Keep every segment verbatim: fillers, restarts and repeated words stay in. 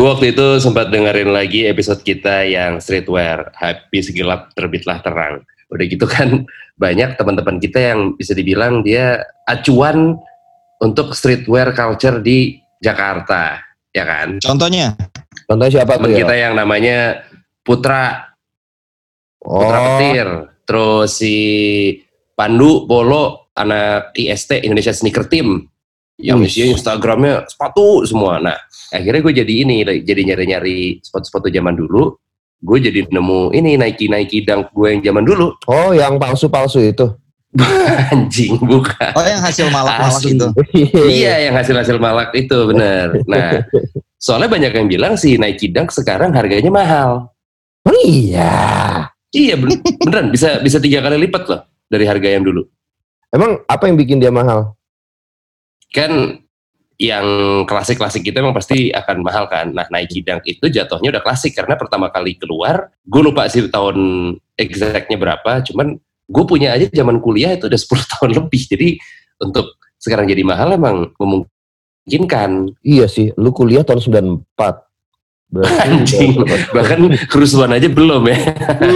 Gue waktu itu sempat dengerin lagi episode kita yang streetwear, habis gelap terbitlah terang. Udah gitu kan banyak teman-teman kita yang bisa dibilang dia acuan untuk streetwear culture di Jakarta, ya kan? Contohnya? Contohnya siapa teman tuh kita ya? yang namanya Putra, Oh. Putra Petir, terus si Pandu Polo, anak I S T Indonesia Sneaker Team, yang isinya Instagramnya sepatu semua. Nah, akhirnya gue jadi ini, jadi nyari-nyari sepatu-sepatu zaman dulu. Gue jadi nemu ini Nike Nike Dunk gue yang zaman dulu. Oh, yang palsu-palsu itu? Anjing, bukan. Oh, yang hasil malak-malak itu? Iya, yang hasil-hasil malak itu, bener. Nah, soalnya banyak yang bilang si Nike Dunk sekarang harganya mahal. Oh iya? Iya, beneran. Bisa bisa tiga kali lipat loh dari harga yang dulu. Emang apa yang bikin dia mahal? Kan yang klasik-klasik itu emang pasti akan mahal kan. Nah, Nike Dunk itu jatuhnya udah klasik karena pertama kali keluar, gue lupa sih tahun exactnya berapa, cuman gue punya aja zaman kuliah itu udah sepuluh tahun lebih. Jadi untuk sekarang jadi mahal emang memungkinkan. Iya sih, lu kuliah tahun sembilan puluh empat. Anjing, bahkan kerusuhan aja belum ya.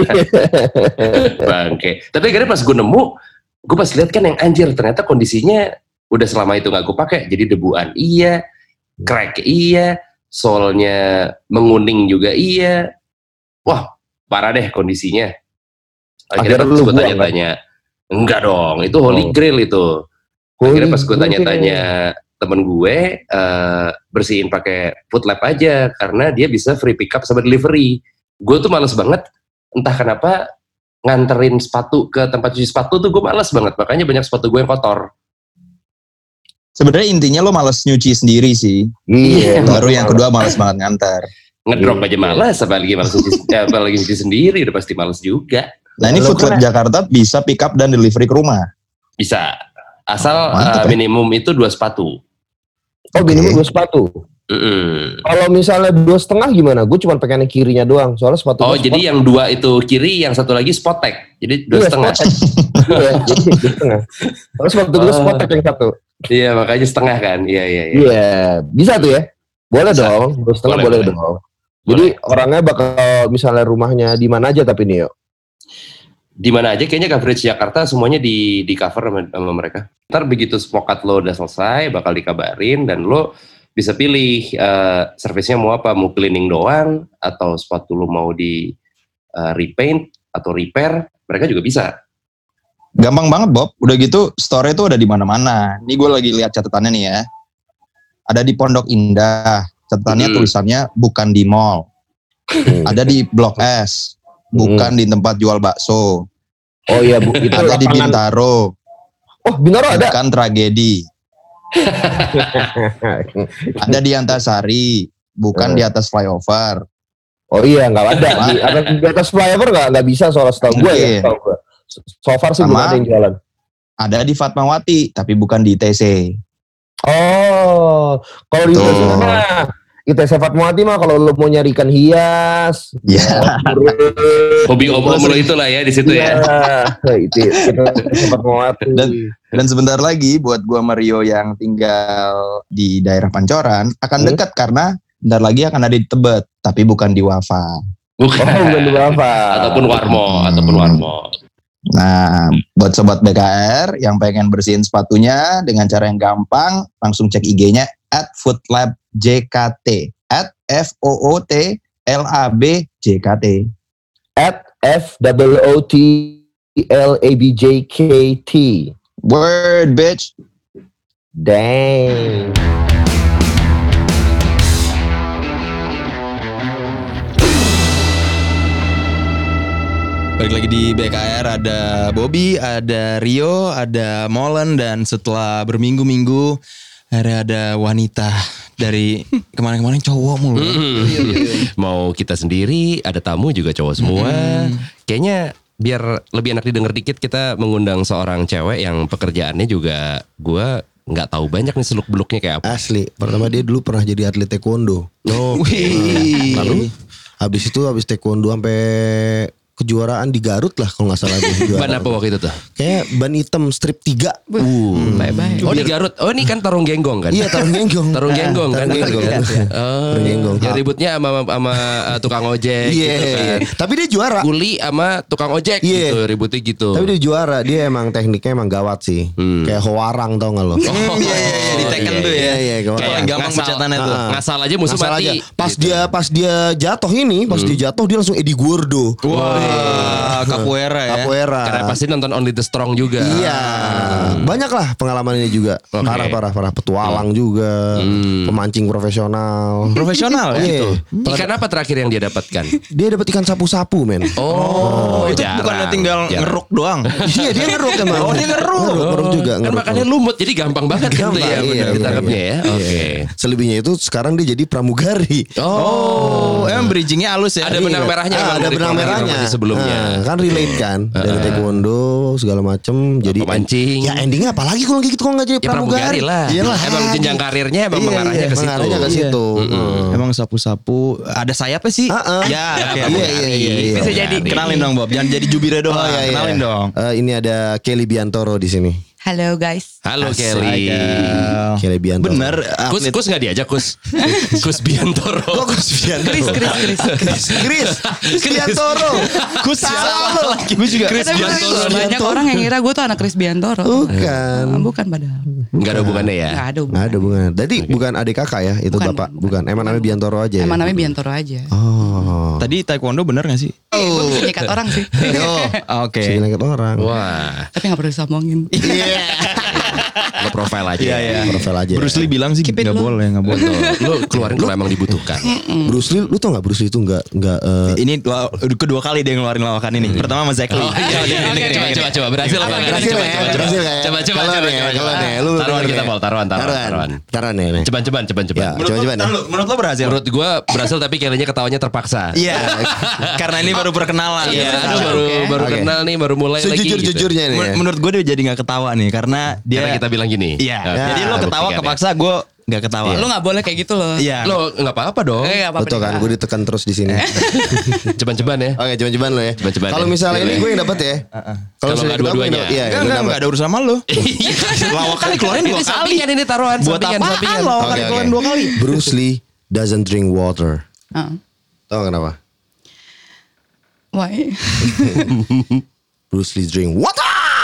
Bangke. Tapi akhirnya pas gue nemu, gue pas lihat kan yang anjir, ternyata kondisinya udah selama itu gak gue pakai, jadi debuan iya, crack iya, solnya menguning juga iya. Wah, parah deh kondisinya. Akhirnya, Akhirnya pas gue buang, tanya-tanya, kan? Enggak dong, itu Holy Oh. Grail itu. Holy Akhirnya pas gue Grail. tanya-tanya temen gue, uh, bersihin pakai foot lab aja, karena dia bisa free pick up sama delivery. Gue tuh males banget, entah kenapa nganterin sepatu ke tempat cuci sepatu tuh gue males banget, makanya banyak sepatu gue yang kotor. Sebenarnya intinya lo males nyuci sendiri sih. Iya. Baru yang kedua males banget ngantar. Ngedrop Iya. aja malas, apalagi malas cuci, eh, apalagi cuci sendiri udah pasti malas juga. Nah ini Lo Food Lab kan- Jakarta bisa pick up dan delivery ke rumah. Bisa, asal uh, Mantap ya. minimum itu dua sepatu. Oh, minimum Oke. dua sepatu. Mm-mm. Kalau misalnya dua setengah gimana? Gue cuma pengen yang kirinya doang. Soalnya sepatu Oh gua jadi sport- yang dua itu kiri, yang satu lagi spotek, jadi dua Iya, setengah. spotek. Iya, jadi dua setengah. Soalnya sepatu gue Oh. spotek yang satu. Iya makanya setengah kan, iya iya. iya. Iya, bisa tuh ya? Boleh Bisa. dong, dua setengah Boleh, boleh, boleh. dong. Jadi orangnya bakal misalnya rumahnya di mana aja tapi nih yuk. Di mana aja kayaknya coverage Jakarta semuanya di di cover sama, sama mereka. Ntar begitu spokat lo udah selesai, bakal dikabarin dan lo bisa pilih uh, servisnya mau apa, mau cleaning doang atau sepatu lo mau di uh, repaint atau repair, mereka juga bisa. Gampang banget Bob. Udah gitu store itu ada di mana-mana. Ini gue lagi lihat catatannya nih ya. Ada di Pondok Indah. Catatannya Hmm. tulisannya bukan di mall. Ada di Blok S. Bukan di tempat jual bakso. Oh iya, Bu, itu Ada di lapangan- Bintaro. Oh, Bintaro ada. Bukan tragedi. Ada di Antasari. Bukan Hmm. di atas flyover. Oh iya, nggak ada. Di, atas, di atas flyover nggak nggak bisa soal setahu gue ya. Mungkin. Setahu gue. So far sih belum Sama- ada yang jualan. Ada di Fatmawati. Tapi bukan di I T C. Oh, kalau di I T C Betul. mah, I T C Fatmawati mah kalau lo mau nyari ikan hias, Ya. Hobi om-om lo itulah ya di situ ya. Iya, itu itu Fatmawati. Dan- Dan sebentar lagi buat gua Mario yang tinggal di daerah Pancoran akan Hmm. dekat karena bentar lagi akan ada di Tebet, tapi bukan di Wafa. Bukan. Oh, bukan di apa? Ataupun Warmo, Hmm. ataupun Warmo. Nah, buat sobat B K R yang pengen bersihin sepatunya dengan cara yang gampang, langsung cek I G-nya at foodlabjkt at F O O T L A B J K T. At F O O T L A B J K T. Word bitch. Dang. Balik lagi di B K R, ada Bobby, ada Rio, ada Molen, dan setelah berminggu-minggu akhirnya ada wanita dari kemarin-kemarin cowok mulu. Mm-mm. Mau kita sendiri, ada tamu juga cowok semua. Kayaknya biar lebih enak didengar dikit, kita mengundang seorang cewek yang pekerjaannya juga gue nggak tahu banyak nih seluk beluknya kayak apa. Asli, pertama dia dulu pernah jadi atlet taekwondo. No. Wih. Lalu habis itu habis taekwondo sampai kejuaraan di Garut lah kalau nggak salah dia juara. Ban apa waktu itu tuh? Kayak ban hitam strip tiga. Uh, bye-bye. Oh di Garut. Oh ini kan tarung genggong kan? Iya tarung genggong. Tarung genggong kan? Tarung genggong. Oh, Tarung genggong. yang ributnya sama sama uh, tukang ojek Iya. gitu kan. Tapi dia juara. Kuli sama tukang ojek Iya. gitu, ributnya gitu. Tapi dia juara. Dia emang tekniknya emang gawat sih. Hmm. Kayak Hoarang tau gak lo? Oh, Iya iya iya di Tekken iya, tuh iya, ya. iya, Kayak kayak yang gampang ngasal. pencetannya tuh. Ah. Ngasal aja musuh Ngasal mati. aja. Pas Gitu. dia pas dia jatuh ini, pas dia jatuh dia langsung Eddie Guardo. Wah, capoeira ya. Capoeira. Karena pasti nonton Only the Strong juga. Iya, banyak lah pengalaman ini juga. Oke. Parah parah parah petualang juga, Hmm. pemancing profesional. Profesional ya. Iya. Ikan apa terakhir yang dia dapatkan? Dia dapat ikan sapu-sapu men. Oh, itu jarang, bukannya tinggal jarang. ngeruk doang. Iya dia ngeruk emang. Oh, dia ngeruk. Ngeruk, ngeruk juga. Kan Ngeruk. makannya lumut jadi gampang banget gitu Gampang, ya iya, benar iya, ditangkapnya iya. ya. Oke. Selebihnya itu sekarang dia jadi pramugari. Oh, emang bridgingnya halus ya. Ada benang merahnya Ah, emang ada dari benang pemain merahnya. informasi sebelumnya. Ah, kan relate kan dari taekwondo segala macem. Jadi pemancing. Ya endingnya apalagi kalau kayak gitu kalau nggak jadi Ya pramugari lah. Iyalah. Emang jenjang karirnya emang Iya, mengarahnya iya, ke situ. mengarahnya ke situ. Hmm. Emang sapu-sapu ada sayapnya sih? Ah, ah. Ya, Ya, oke. Iya oke. iya iya. iya. Bisa jadi. Kenalin dong Bob, jangan jadi jubirnya doang. Oh, iya, iya. Kenalin dong. Eh, ini ada Kelly Biantoro di sini. Halo guys. Halo Asik. Kelly. Kelly Biantoro. Bener, Kus, atlet. Kus nggak diajak Kus? Kus Biantoro. Kok Kus Biantoro? Chris, Chris, Chris. Chris, Chris, Chris Biantoro. Kus Salah lo. Gue juga. Chris Tapi Biantoro. banyak orang yang ngira gue tuh anak Chris Biantoro. Bukan. Ah, bukan padahal. Nggak ada hubungannya ya? Nggak ada. Nggak ada hubungan. Tadi bukan adik kakak ya itu Bukan, bapak. bukan. Bukan. Emang namanya Biantoro aja. ya? Emang namanya Biantoro aja. Oh. Tadi taekwondo bener gak sih? Gue bisa nyikat orang sih. Oh. Oke. Si ngeliat orang. Wah, Tapi gak perlu disomongin. lo profile aja. Iya, iya. Profil aja. Bruce Lee bilang sih Keep it nggak low. boleh, nggak boleh. Lo keluarin kalau emang dibutuhkan. Bruce Lee, lu tau gak Bruce Lee itu nggak nggak eh, Ini la- kedua kali dia ngeluarin lawakan ini. Pertama sama Zack Lee. Oh iya, iya, Oke, iya. oke, Coba, oke. coba, coba. Berhasil apa? Berhasil Berhasil ya, coba, coba, berhasil coba. kayak. Coba, coba, Kalau coba, nih, coba, kalau coba. nih, lu Taruhan denger kita, nih. Pol. Taruhan, taruhan, Taruhan. taruhan. Taruhan nih. nih. Ceban, ceban, ceban, ceban. Ya. Menurut Coba, lo, coba nih. menurut, menurut lo berhasil? Menurut gue berhasil tapi Kelly-nya ketawanya terpaksa. Iya. Karena ini baru perkenalan. Iya, Ya. aduh, baru Oke. baru Oke. kenal nih, baru mulai lagi. Sejujur-jujurnya nih. Men- Menurut gue dia jadi nggak ketawa nih karena dia. Karena kita bilang gini. Iya. Oke. Jadi lo ketawa Buktikan ya. kepaksa, gue nggak ketawa. Lu gak boleh kayak gitu loh. Iya. Lo nggak apa-apa dong. Eh, gak apa-apa. Betul kan, juga. gue ditekan terus di sini. Ceban-ceban ya. Oke, coba-coba lo ya. Coba-coba Kalau ya. misalnya ini Boleh. gue yang dapat ya. Kalau misalnya nggak kita, gue dua-duanya. yang dapat. Iya, Enggak, gue enggak, dapat. enggak ada urusan sama lo. Lawakan dikeluarin dua Ini kali. sampingan ini taruhan, Buat sampingan, apaan sampingan. lo? Oke, Kali oke. keluarin dua kali. Bruce Lee doesn't drink water. Ah. Tahu kenapa? Why? Bruce Lee drink water.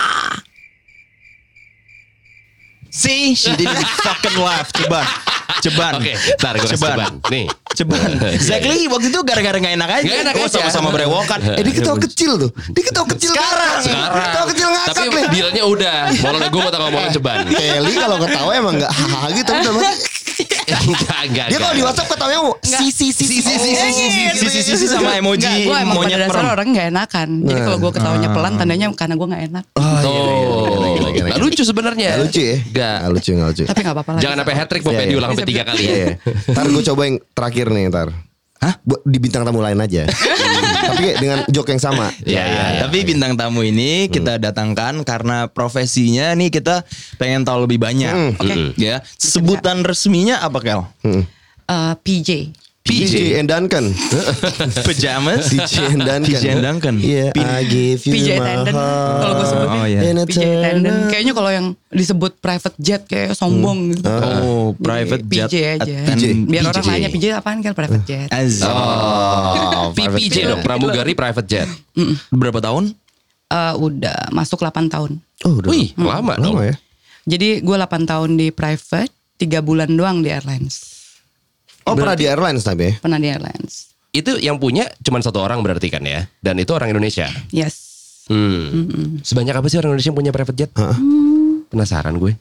See, she didn't fucking laugh. Ceban. Ceban. Oke, ntar gue kasih Ceban. ceban. Nih. Ceban. Zack Lee waktu itu gara-gara gak enak aja. Nggak enak Oh, aja. sama-sama berewokan. Eh dia ketawa kecil tuh. Dia ketawa kecil Sekarang. Sekarang. Ketawa kecil ngakak Tapi nih. dealnya udah. Mau gue mau tau ngomongin ceban. Kelly kalau ketawa emang enggak hahaha gitu tapi memang Enggak, enggak. dia kalau di WhatsApp ketawanya mau si si si si si si si Si si si si sama emoji Enggak, gue emang pada monyet dasarnya perem. orang gak enakan. Jadi kalau gue ketawanya pelan tandanya karena gue gak enak. Oh, nggak lucu sebenarnya. Nggak lucu ya? Nggak. Nggak lucu, nggak lucu. Tapi gak apa-apa lah. Jangan sampai hat trick, Bob, Iya, ya, iya. diulang sampai tiga kali ya. Iya. Ntar gue coba yang terakhir nih ntar. Hah? Bu- Di bintang tamu lain aja. Tapi kayak dengan joke yang sama. Iya, iya, iya. Tapi bintang tamu ini kita datangkan karena profesinya nih kita pengen tahu lebih banyak. Hmm. Oke. Ya, sebutan resminya apa Kel? Eh, P J. D J and Duncan. Pajamas. D J and Duncan. D J and Duncan. Iya, I give you P J my attendant. heart. Kalau gue sebutnya. Oh, iya. In a P J attendant. turn- Kayaknya kalau yang disebut private jet kayak sombong gitu. Oh, Jadi private jet P J aja. attendant. Biar P J. orang nanya P J apaan kan private jet. Az- Oh, P P J dong, pramugari private jet. Berapa tahun? Eh, udah masuk delapan tahun. Oh, udah. Wih, lama dong. Lama ya. Jadi gue delapan tahun di private, tiga bulan doang di airlines. Oh, pernah di airlines tapi ya? Pernah di airlines. Itu yang punya cuma satu orang berarti kan ya? Dan itu orang Indonesia. Yes. Hmm. Sebanyak apa sih orang Indonesia yang punya private jet? Heeh. Penasaran gue.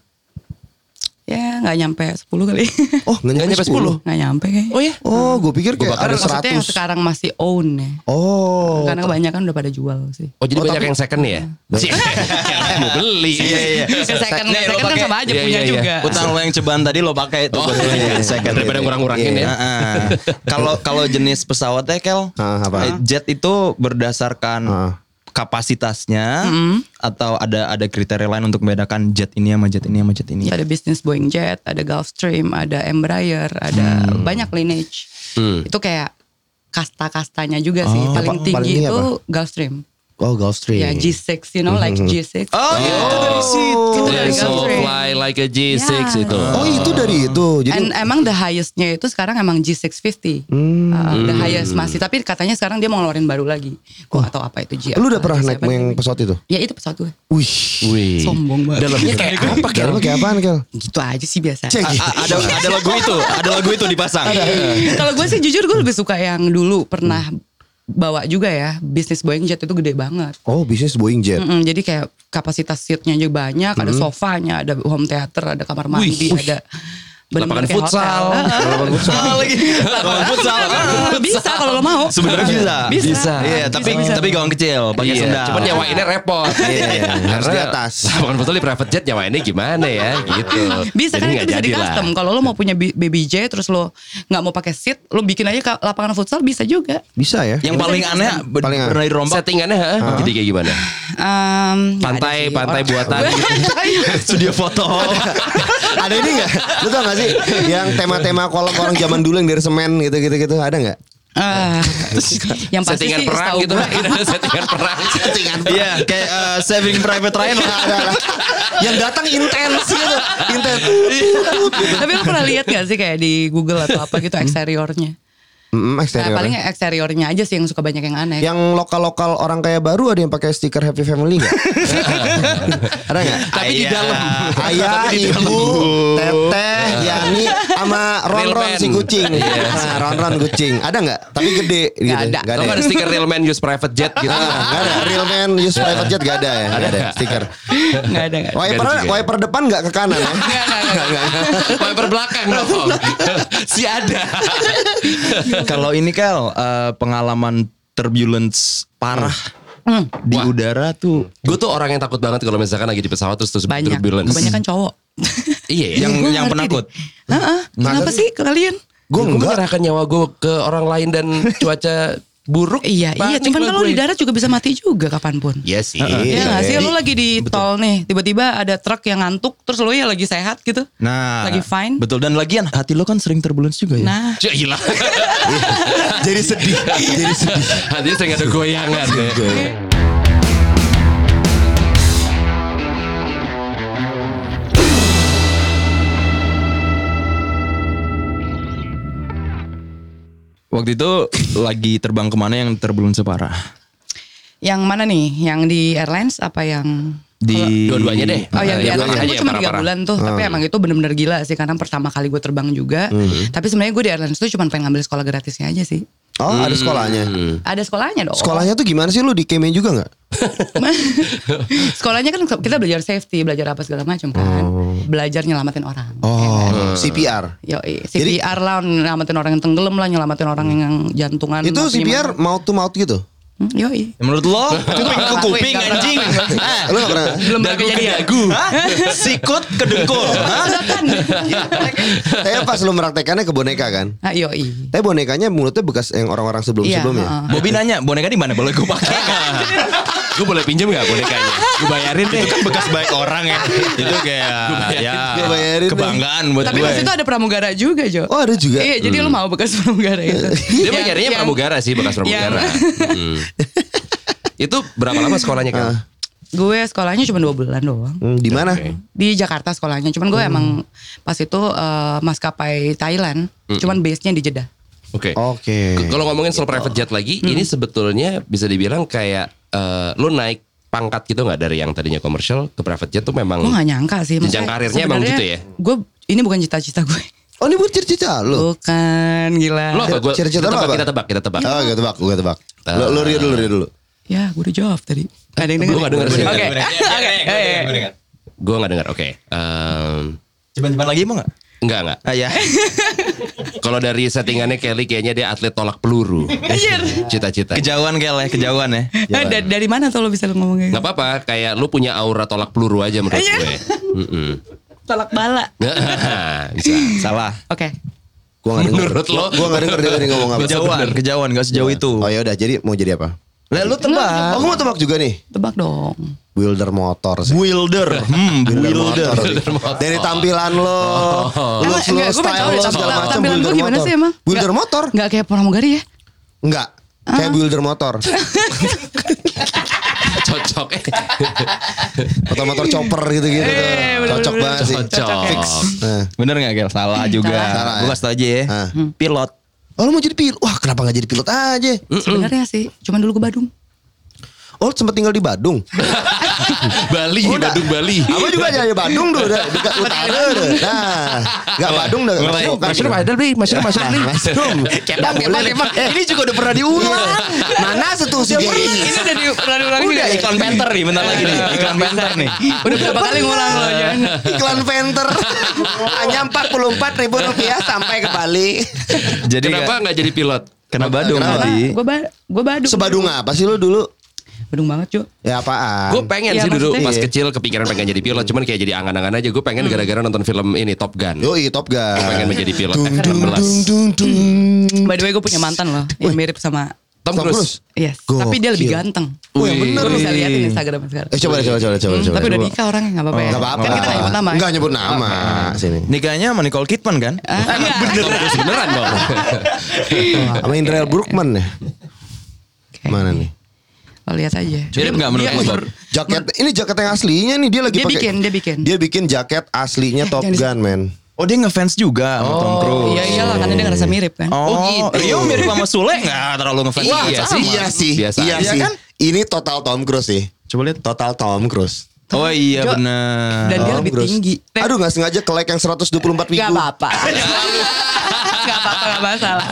Ya nggak nyampe sepuluh kali. Oh, nggak nyampe nyampe sepuluh. Nggak nyampe kayaknya. Oh ya? Oh, gue pikir kayak bakal ada Maksudnya yang seratus. sekarang masih own ya. Oh. Karena kebanyakan udah pada jual sih. Oh jadi Oh, banyak tapi- yang second ya? Cih, mau beli. Iya iya. Second, Nih, lo second kan pakai- sama aja iya, punya iya, iya. juga. Utang lo yang ceban tadi lo pakai tuh Oh, buat beli iya. second. Daripada ngurang-ngurangin Iya. ya. Heeh. Kalau kalau jenis pesawatnya Kel, Ah, apa? eh, jet itu berdasarkan Ah. kapasitasnya atau ada ada kriteria lain untuk membedakan jet ini sama jet ini sama jet ini. Ya, ada business Boeing Jet, ada Gulfstream, ada Embraer, ada banyak lineage. Hmm. Itu kayak kasta-kastanya juga sih. Oh, Paling apa- tinggi paling tinggi itu apa? Gulfstream. Oh, Gulfstream. Ya G six, you know, like G six. Oh, itu dari situ. Itu Dari dari so Gulfstream. fly like a G six Ya. itu. Oh, itu dari itu. Jadi And emang the highestnya itu sekarang emang G six fifty. Hmm. Uh, the highest masih. Tapi katanya sekarang dia mau ngeluarin baru lagi. Gue gak tahu apa itu G. lu udah apa, pernah G naik seven. yang pesawat itu? Ya itu pesawat gue. Wih. Wih. Sombong banget. Dalamnya kayak apa Kel? Dalamnya kayak apaan, Kel? Gitu aja sih biasa. Cek. A- ada ada lagu itu, ada lagu itu dipasang. Kalau gue sih jujur gue lebih suka yang dulu pernah bawa juga ya. Bisnis Boeing Jet itu gede banget. Oh, bisnis Boeing Jet. Mm-mm, jadi kayak kapasitas seatnya aja banyak, ada sofanya, ada home theater, ada kamar mandi, ada Lapangan bener-bener kayak futsal. hotel. Lapangan futsal lagi. Lapangan futsal. Ah, bisa kalau lo mau. Sebenarnya bisa. Bisa. Iya, tapi Bisa. tapi gawang kecil, pakai Iya, sendal. cuman nyawainnya repot. Iya, harus di atas. Lapangan futsal di private jet nyawainnya gimana ya gitu. Bisa kan Jadi itu nggak bisa di jadi lah. custom. Kalau lo mau punya B- baby J terus lo nggak mau pakai seat, lo bikin aja ka- lapangan futsal bisa juga. Bisa ya? Yang paling aneh be- Paling aneh. pernah dirombak Settingannya ha? Jadi kayak gimana? Um, nggak ada Pantai sih. pantai Orang- buatan gitu. studio foto. Ada ini gak? Lu tau gak sih yang tema-tema kolam orang zaman dulu yang dari semen gitu-gitu gitu ada gak? Ah, yang pasti Settingan sih perang setahu gitu. gue- Ada settingan perang. Settingan Iya, kayak eh, Saving Private Ryan lah. Ada lah. Yang datang intens gitu. Intens. Tapi lo pernah lihat gak sih kayak di Google atau apa gitu eksteriornya? Mm, Nah, eksterior. paling eksteriornya aja sih yang suka banyak yang aneh. Yang lokal-lokal orang kaya baru ada yang pakai stiker Happy Family gak? Ada gak? Tapi di Ayah. dalam. Ayah, Tapi di ibu, teteh, Yani, sama Ron-Ron Real si man. kucing. Nah, Ron-Ron kucing. Ada gak? Tapi gede gitu. Gak ada. Gak Lo ada. nggak ada stiker real man use private jet gitu. Ah, gak ada. Real man use private jet gak ada ya? Gak ada stiker. Nggak ada nggak ada. Wiper, juga ya? wiper depan gak ke kanan ya? Wiper belakang dong. Si ada. Kalau ini Kel, eh, pengalaman turbulence parah Hmm, di Wah. udara tuh. Gue tuh orang yang takut banget kalau misalkan lagi di pesawat terus terus banyak. turbulence. Kebanyakan cowok. Iya. Yang Gua yang ngerti penakut. deh. Heeh. Kenapa sih ke kalian? Gue Gue enggak. menyerahkan nyawa gue ke orang lain dan cuaca buruk. Iya, iya. Panik Cuman lah kalau gue. di darat juga bisa mati juga kapanpun. Iya sih. Iya nggak sih? Iya. Lo lagi di tol nih, tiba-tiba ada truk yang ngantuk, terus lo ya lagi sehat gitu. Nah, Lagi fine. Betul, dan lagian hati lo kan sering turbulence juga ya. Nah, Cuk, gila. Jadi sedih. Jadi sedih. Hatinya sering ada goyangan. ya. Waktu itu lagi terbang kemana yang turbulence parah? yang mana nih? Yang di airlines apa yang Di Dua-duanya deh. Oh yang di Yang airlines parah kan aja, gue yang cuma tiga parah-parah. bulan tuh. Tapi emang itu bener-bener gila sih. Karena pertama kali gue terbang juga. Tapi sebenarnya gue di airlines tuh cuma pengen ngambil sekolah gratisnya aja sih. Oh, ada sekolahnya. Ada sekolahnya dong. Sekolahnya tuh gimana sih, lu di Kemen juga gak? Sekolahnya kan kita belajar safety, belajar apa segala macam kan. Belajar nyelamatin orang. Oh, C P R. Yo, C P R lah, nyelamatin orang yang tenggelam lah, nyelamatin orang yang jantungan. Itu apa C P R gimana. mouth to mouth gitu? Hmm, yoi. menurut lo kuping ke kuping Nggak pernah anjing. ngelakuin. Ah, Lu gak pernah? Belum pernah kejadian. Hah? Sikut ke dengkul. Hah? Tapi pas lu meraktekannya ke boneka kan? Ah, yoi. Tapi bonekanya mulutnya bekas yang orang-orang sebelum-sebelumnya. Iya, heeh. Bobby nanya, boneka di mana? Boleh gue pakai? Gue boleh pinjam gak bonekanya? Gue bayarin deh. Itu kan bekas baik orang ya. Itu kayak ya Gua bayarin deh. kebanggaan buat Tapi gue. pas itu ada pramugara juga, Jo. Oh, ada juga. Iya, jadi lo mau bekas pramugara itu. Dia Yang- nyarinya yang- pramugara sih, bekas pramugara. Mm. Itu berapa lama sekolahnya kan? Gue sekolahnya cuma dua bulan doang. Hmm, di mana? Oke. Di Jakarta sekolahnya. Cuman gue emang pas itu eh, maskapai Thailand. Cuman base-nya di Jeddah. Oke. Oke. K- Kalau ngomongin soal private jet lagi, ini sebetulnya bisa dibilang kayak eh, lu naik pangkat gitu nggak dari yang tadinya komersial ke private jet tuh memang. Gue gak nyangka sih. Jenjang karirnya emang gitu ya? Gue, ini bukan cita-cita gue. Oh, ini bukan cita-cita lu. Bukan, gila. Lo apa? Gua, Cita-cita kita, lo tebak, apa? kita tebak, kita tebak. Oh, gue tebak, gue tebak. Lu, lu Rio dulu, Rio dulu. Ya, gue udah jawab tadi. Ada yang Gue denger? nggak denger sih. Oke. Oke. Gue nggak dengar. Oke. Em, Cepat-cepat lagi mau gak? Enggak enggak. Ah ya. Kalau dari settingannya Kelly kayaknya dia atlet tolak peluru. Anjir. Cita-cita. Kejauhan Kel ya, kejauhan ya. Ah, da- dari mana tuh lo bisa lo ngomong kayak Gak gitu? apa-apa, kayak lu punya aura tolak peluru aja menurut Iya. gue. Mm-mm. Tolak bala. Bisa. Salah. Oke. Gua gak denger. Menurut lo? Gua gak denger dia tadi ngomong apa. Kejauhan, kejauhan gak sejauh itu. Oh ya udah, jadi mau jadi apa? Lah lu tebak. Oh, gua mau tebak juga nih. Tebak dong. Builder motor sih. Wilder. Hmm, Builder Wilder. motor. Dari tampilan lo, Emang looks lo, enggak, gue style tahu lo ya, segala tampilan- macam tampilan builder gue gimana motor. sih emang? Builder Nggak- motor? Nggak kayak pramugari ya? Enggak. Kayak builder motor. Cocok. Motor-motor chopper gitu-gitu. Eh, bener, Cocok bener, banget sih. Cocok. Fix. Nah. Bener gak Gel? Salah juga. Salah, Gue ya? kasih tau aja ya. Ah. Pilot. Oh lu mau jadi pilot? Wah kenapa gak jadi pilot aja? Sebenarnya sih, cuman dulu ke Badung. Oh sempat tinggal di Badung. Bali, Udah. Badung Bali. Apa juga jadi Badung tuh udah dekat utara udah. Nah, enggak Badung udah. Mulai mushroom ada beli, mushroom mushroom beli. Mushroom. Kepang, kepang, kepang. Ini juga udah pernah diulang. Mana setuh si Gay? Ini udah di, pernah diulangi Udah nggak? iklan Panther nih bentar lagi nih. Iklan Panther nih. Udah berapa kali ngulang loh jangan. Iklan Panther. Hanya empat puluh empat ribu rupiah sampai ke Bali. Jadi Kenapa nggak jadi pilot? Kena Badung Kenapa? tadi. Gue ba gue Badung. Sebadung apa sih lu dulu? Badung banget cuy. Ya apaan? Gue pengen Iya, sih dulu maksudnya- pas kecil kepikiran pengen jadi pilot, cuman kayak jadi angan-angan aja. Gue pengen gara-gara nonton film ini Top Gun. Yoi Top Gun. Gue pengen menjadi pilot Dung, F dung, enam belas. dung, dung, dung. By the way gue punya mantan loh yang mirip sama Tom Tom Cruise. Cruise. yes. Gokil. Tapi dia lebih ganteng. Oh yang bener Gue bisa nih. lihat di Instagram sekarang. Eh coba deh coba coba coba. Hmm, coba. tapi udah nikah orangnya nggak apa-apa ya. Gak apa-apa. Kan kita nggak nyebut nama. Enggak nyebut nama. Sini. Nikahnya sama Nicole Kidman kan? Ah, iya. Tom Cruise beneran dong. Sama Indra L. Brookman ya. Mana nih? Oh, lihat aja. Mirip nggak menurut Dia lo? umur Jaket ini jaket yang aslinya nih dia lagi Dia pakai. bikin, dia bikin. Dia bikin jaket aslinya Top jangan Gun, men. Oh dia ngefans juga sama Tom Cruise. Iya iyalah karena dia ngerasa mirip kan. Oh, gitu. Rio mirip sama Sule gak terlalu ngefans. Wah, Iya sama. sih. Iya sih. Biasa Iya aja sih. kan? Ini total Tom Cruise sih. Coba lihat. Total Tom Cruise. Oh iya Jo. benar. Dan dia Tom lebih Cruise. tinggi. Aduh gak sengaja ke like yang seratus dua puluh empat Gak ribu. apa-apa. Gak apa-apa, gak masalah.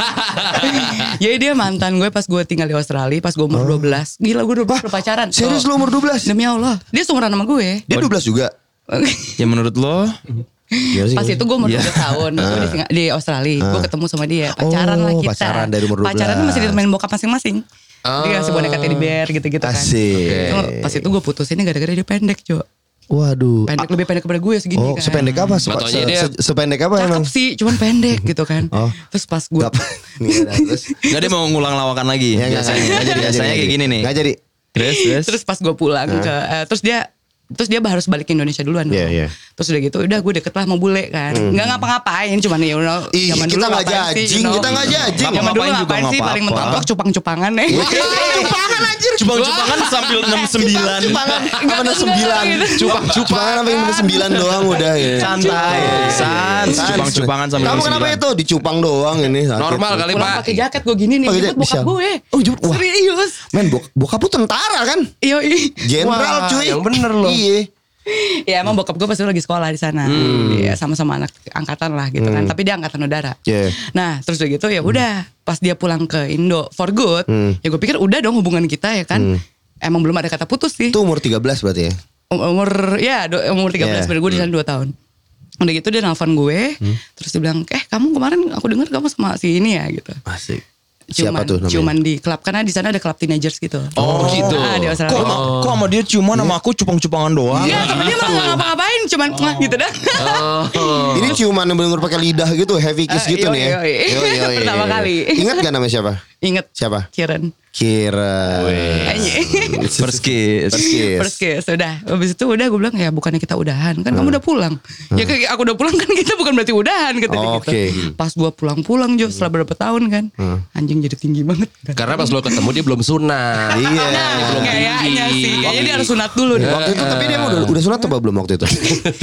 Jadi dia mantan gue pas gue tinggal di Australia, pas gue umur dua belas. Gila gue udah berpacaran. Serius lu umur dua belas? Demi Allah. Dia seumuran sama gue. Dia dua belas juga. Ya menurut lo? Iya sih. Pas itu gue umur Iya. dua belas tahun. Gue di, Singa- di Australia. Gue ketemu sama dia. Pacaran Oh, lah kita. pacaran dari umur dua belas. Pacaran masih ditemenin bokap masing-masing. Dia ngasih boneka teddy bear gitu-gitu kan. Asik. Terus pas itu gue putusinnya gara-gara dia pendek, Jo. Waduh. Pendek lebih pendek daripada gue segini Oh, kan. sependek apa? Se- Matonya se- dia- se- sependek apa Cakep emang? sih, cuman pendek gitu kan. Oh. Terus pas gue Gak. Nih, ada, terus. Gak dia mau ngulang lawakan lagi. Ya, nggak, biasanya nggak jadi, nggak jadi, biasanya nggak kayak jadi. gini nih. Nggak jadi. Terus terus. terus pas gue pulang ke eh, terus dia terus dia harus balik ke Indonesia duluan. Iya, dong. iya. Terus udah gitu udah gue deket lah mau bule kan. Nggak ngapa-ngapain cuman ya udah Ih, zaman kita dulu nggak ngapain sih, judging, you know. kita nggak judging. Zaman dulu Ngapain juga ngapain nggak sih paling apa-apa. mentok cupang-cupangan nih. Cupangan anjir. Cupang-cupangan sambil enam sembilan. Cupangan apa enam sembilan. Cupang cupangan apa enam sembilan doang udah ya. Santai. Sans. Cupang-cupangan sambil Kamu enam kenapa sembilan. itu dicupang doang ini? sakit. Normal kali Pulang Pak. pakai jaket gue gini nih, Pakai jemput jaket, bokap bisa. gue. Oh, jemput. Wah. Serius. Men, bok bokap lu tentara kan? Iya, iya. Jenderal Wah, cuy. yang bener loh. Iya. Ya emang bokap gue pasti lagi sekolah di sana. Iya, sama-sama anak angkatan lah gitu kan. Tapi dia angkatan udara. Iya. Nah, terus udah gitu ya udah, pas dia pulang ke Indo for good, Hmm. ya gue pikir udah dong hubungan kita ya kan. Emang belum ada kata putus sih. Itu umur tiga belas berarti ya? Um- Umur ya do- umur tiga belas, Yeah. bener gue di sana dua tahun. Udah gitu dia nelfon gue, terus dia bilang, "Eh, kamu kemarin aku dengar kamu sama si ini ya," gitu. Asik. Ciuman, Siapa tuh namanya? ciuman di klub karena di sana ada klub teenagers gitu. Oh, gitu. Ah, di Australia. Kok, sama- kok sama dia cuma sama aku cupang-cupangan doang. Iya, tapi dia malah nggak ngapa-ngapain, cuman oh. gitu dah. Ini ciuman yang benar-benar pakai lidah gitu, heavy kiss Ah, gitu yoi, nih ya. yoi. Yoi, yoi. Pertama kali. Ingat gak namanya siapa? Ingat Siapa? Kieran. Kira. Anjing. First kiss. First kiss. First kiss udah. Habis itu udah gue bilang ya bukannya kita udahan. Kan kamu udah pulang. Ya kayak aku udah pulang kan kita bukan berarti udahan kata dia Oke. gitu. Pas gue pulang-pulang Jo setelah beberapa tahun kan. Anjing jadi tinggi banget. Karena pas lo ketemu dia belum sunat. Iya. Nah, belum kayaknya tinggi. sih. Kayaknya dia harus sunat dulu nih. Waktu itu tapi dia emang udah, udah sunat apa belum waktu itu?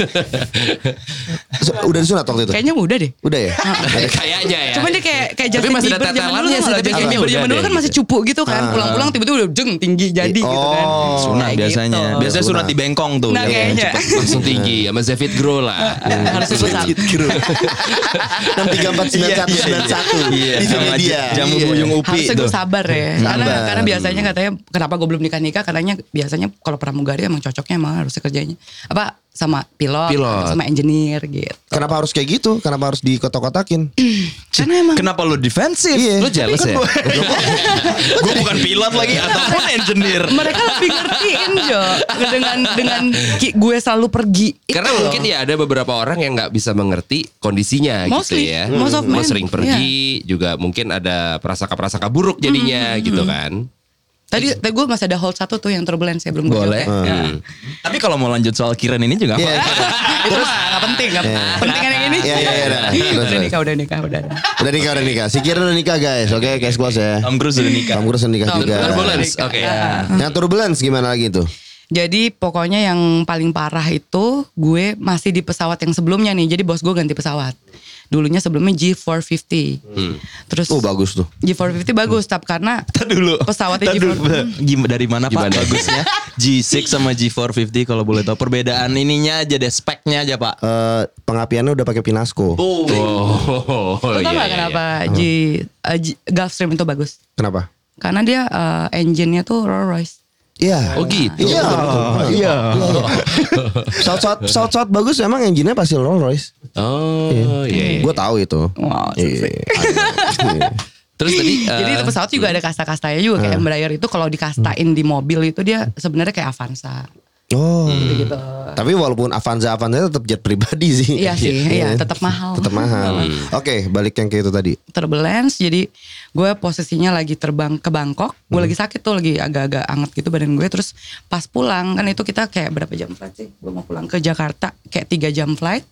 Su- udah disunat waktu itu? Kayaknya udah deh. Udah ya? Kayaknya ya. Cuman dia kayak kayak Tapi Justin masih ada Bieber zaman dulu tetelannya kan. sih, tapi Justin kayaknya Bieber udah zaman dulu deh kan masih gitu. cupu gitu kan. Pulang-pulang tiba-tiba udah jeng tinggi jadi gitu kan. Sunat Kayak biasanya. gitu. Biasanya sunat di bengkong tuh. Nah kayaknya. Langsung tinggi sama David Grohl lah. Harus itu sama. enam tiga empat sembilan satu sembilan satu Iya, di sama media. jamu Iya. buyung upi Harusnya tuh. gue sabar ya. Karena Sabar. karena biasanya katanya kenapa gue belum nikah-nikah katanya biasanya kalau pramugari emang cocoknya emang harus kerjanya apa sama pilot, Pilot. sama engineer gitu. Kenapa harus kayak gitu? Kenapa harus dikotak-kotakin? Karena emang Kenapa lu defensif? Iya. Lo jealous ya? Gue bukan pilot lagi ataupun engineer. mereka lebih ngertiin Jo dengan dengan ki- gue selalu pergi. Itu Karena loh. mungkin ya ada beberapa orang yang nggak bisa mengerti kondisinya Mostly, gitu ya. most of Lo men, sering pergi, juga mungkin ada prasangka-prasangka buruk jadinya gitu kan. Tadi, tadi gue masih ada hold satu tuh yang turbulence ya belum gue Boleh. jawab ya. Hmm. Tapi kalau mau lanjut soal Kiren ini juga Iya. apa? Itu mah gak penting, gak penting kan yang ini. Iya, iya, iya, udah. Terus, Udah terus. nikah, udah nikah, udah. Udah nikah, udah nikah. Si Kiren udah nikah guys. Oke, cash close ya. Tom Cruise udah nikah. Tom Cruise udah nikah Tom juga. Cruise Turbulence, udah oke. nikah. Yang turbulence gimana lagi tuh? Jadi pokoknya yang paling parah itu gue masih di pesawat yang sebelumnya nih. Jadi bos gue ganti pesawat. Dulunya sebelumnya G four fifty. Hmm. Terus Oh bagus tuh. G four fifty bagus, tapi karena Tar dulu. pesawatnya Tar G four dulu. Gim- Dari mana Pak bagusnya? G six sama G four fifty kalau boleh tahu perbedaan ininya aja deh, speknya aja Pak. Eh pengapiannya udah pakai Pinasco. Oh, Lo tau gak kenapa G, uh, G Gulfstream itu bagus? Kenapa? Karena dia uh, engine-nya tuh Rolls Royce. Iya. Oh gitu. Iya. Iya. Pesawat-pesawat pesawat-pesawat bagus emang engine-nya pasti Rolls Royce. Oh iya. iya. Gue tahu itu. Wow, Iya. Terus tadi Jadi eh, itu pesawat juga ada kasta-kastanya juga kayak Embraer itu kalau dikastain di mobil itu dia sebenarnya kayak Avanza. Oh. Gitu. Tapi walaupun Avanza Avanza tetap jet pribadi sih. Iya sih, iya tetap mahal. Tetap mahal. Oke, balik yang kayak itu tadi. Turbulence, jadi gue posisinya lagi terbang ke Bangkok, gue lagi sakit tuh, lagi agak-agak anget gitu badan gue. Terus pas pulang kan itu kita kayak berapa jam flight sih? Gue mau pulang ke Jakarta kayak tiga jam flight.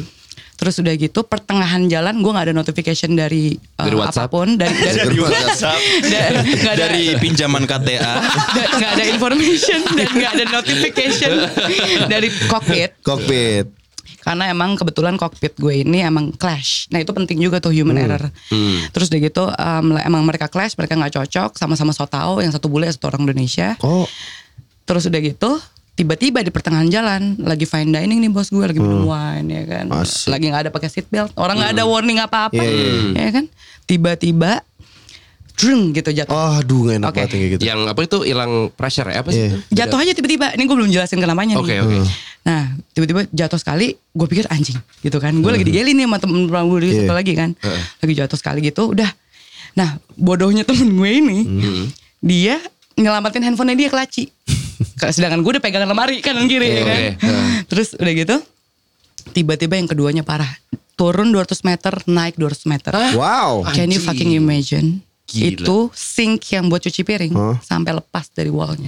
Terus udah gitu pertengahan jalan gue nggak ada notification dari, uh, Dari WhatsApp? apapun, dari dari, Dari WhatsApp. da- nggak ada- Dari pinjaman K T A. da- nggak ada information dan nggak ada notification dari cockpit. Cockpit. Karena emang kebetulan cockpit gue ini emang clash. Nah itu penting juga tuh human error. Terus udah gitu um, emang mereka clash, mereka nggak cocok, sama-sama so tau, yang satu bule, yang satu orang Indonesia. Oh. Terus udah gitu tiba-tiba di pertengahan jalan lagi fine dining nih bos gue, lagi minum wine ya kan. Asik. Lagi nggak ada pakai seat belt, orang nggak ada warning apa-apa, Iya, iya, ya kan. Tiba-tiba drung gitu jatuh. Oh, aduh gak enak Oke. banget yang kayak gitu. yang apa itu hilang pressure ya apa sih? Iya. itu? Jatuh aja tiba-tiba. Ini gue belum jelasin kenapanya nih. Oke oke. Nah tiba-tiba jatuh sekali, gue pikir anjing gitu kan. Gue lagi digeli nih sama temen gue Iya. satu lagi kan. Lagi jatuh sekali gitu, udah. Nah bodohnya temen gue ini, dia nyelamatin handphonenya dia kelaci. Sedangkan gue udah pegangan lemari kanan kiri ya kan. Oke. Terus udah gitu, tiba-tiba yang keduanya parah. Turun dua ratus meter, naik dua ratus meter. Wow. Can you fucking imagine? Gila. Itu sink yang buat cuci piring Huh? sampai lepas dari wallnya.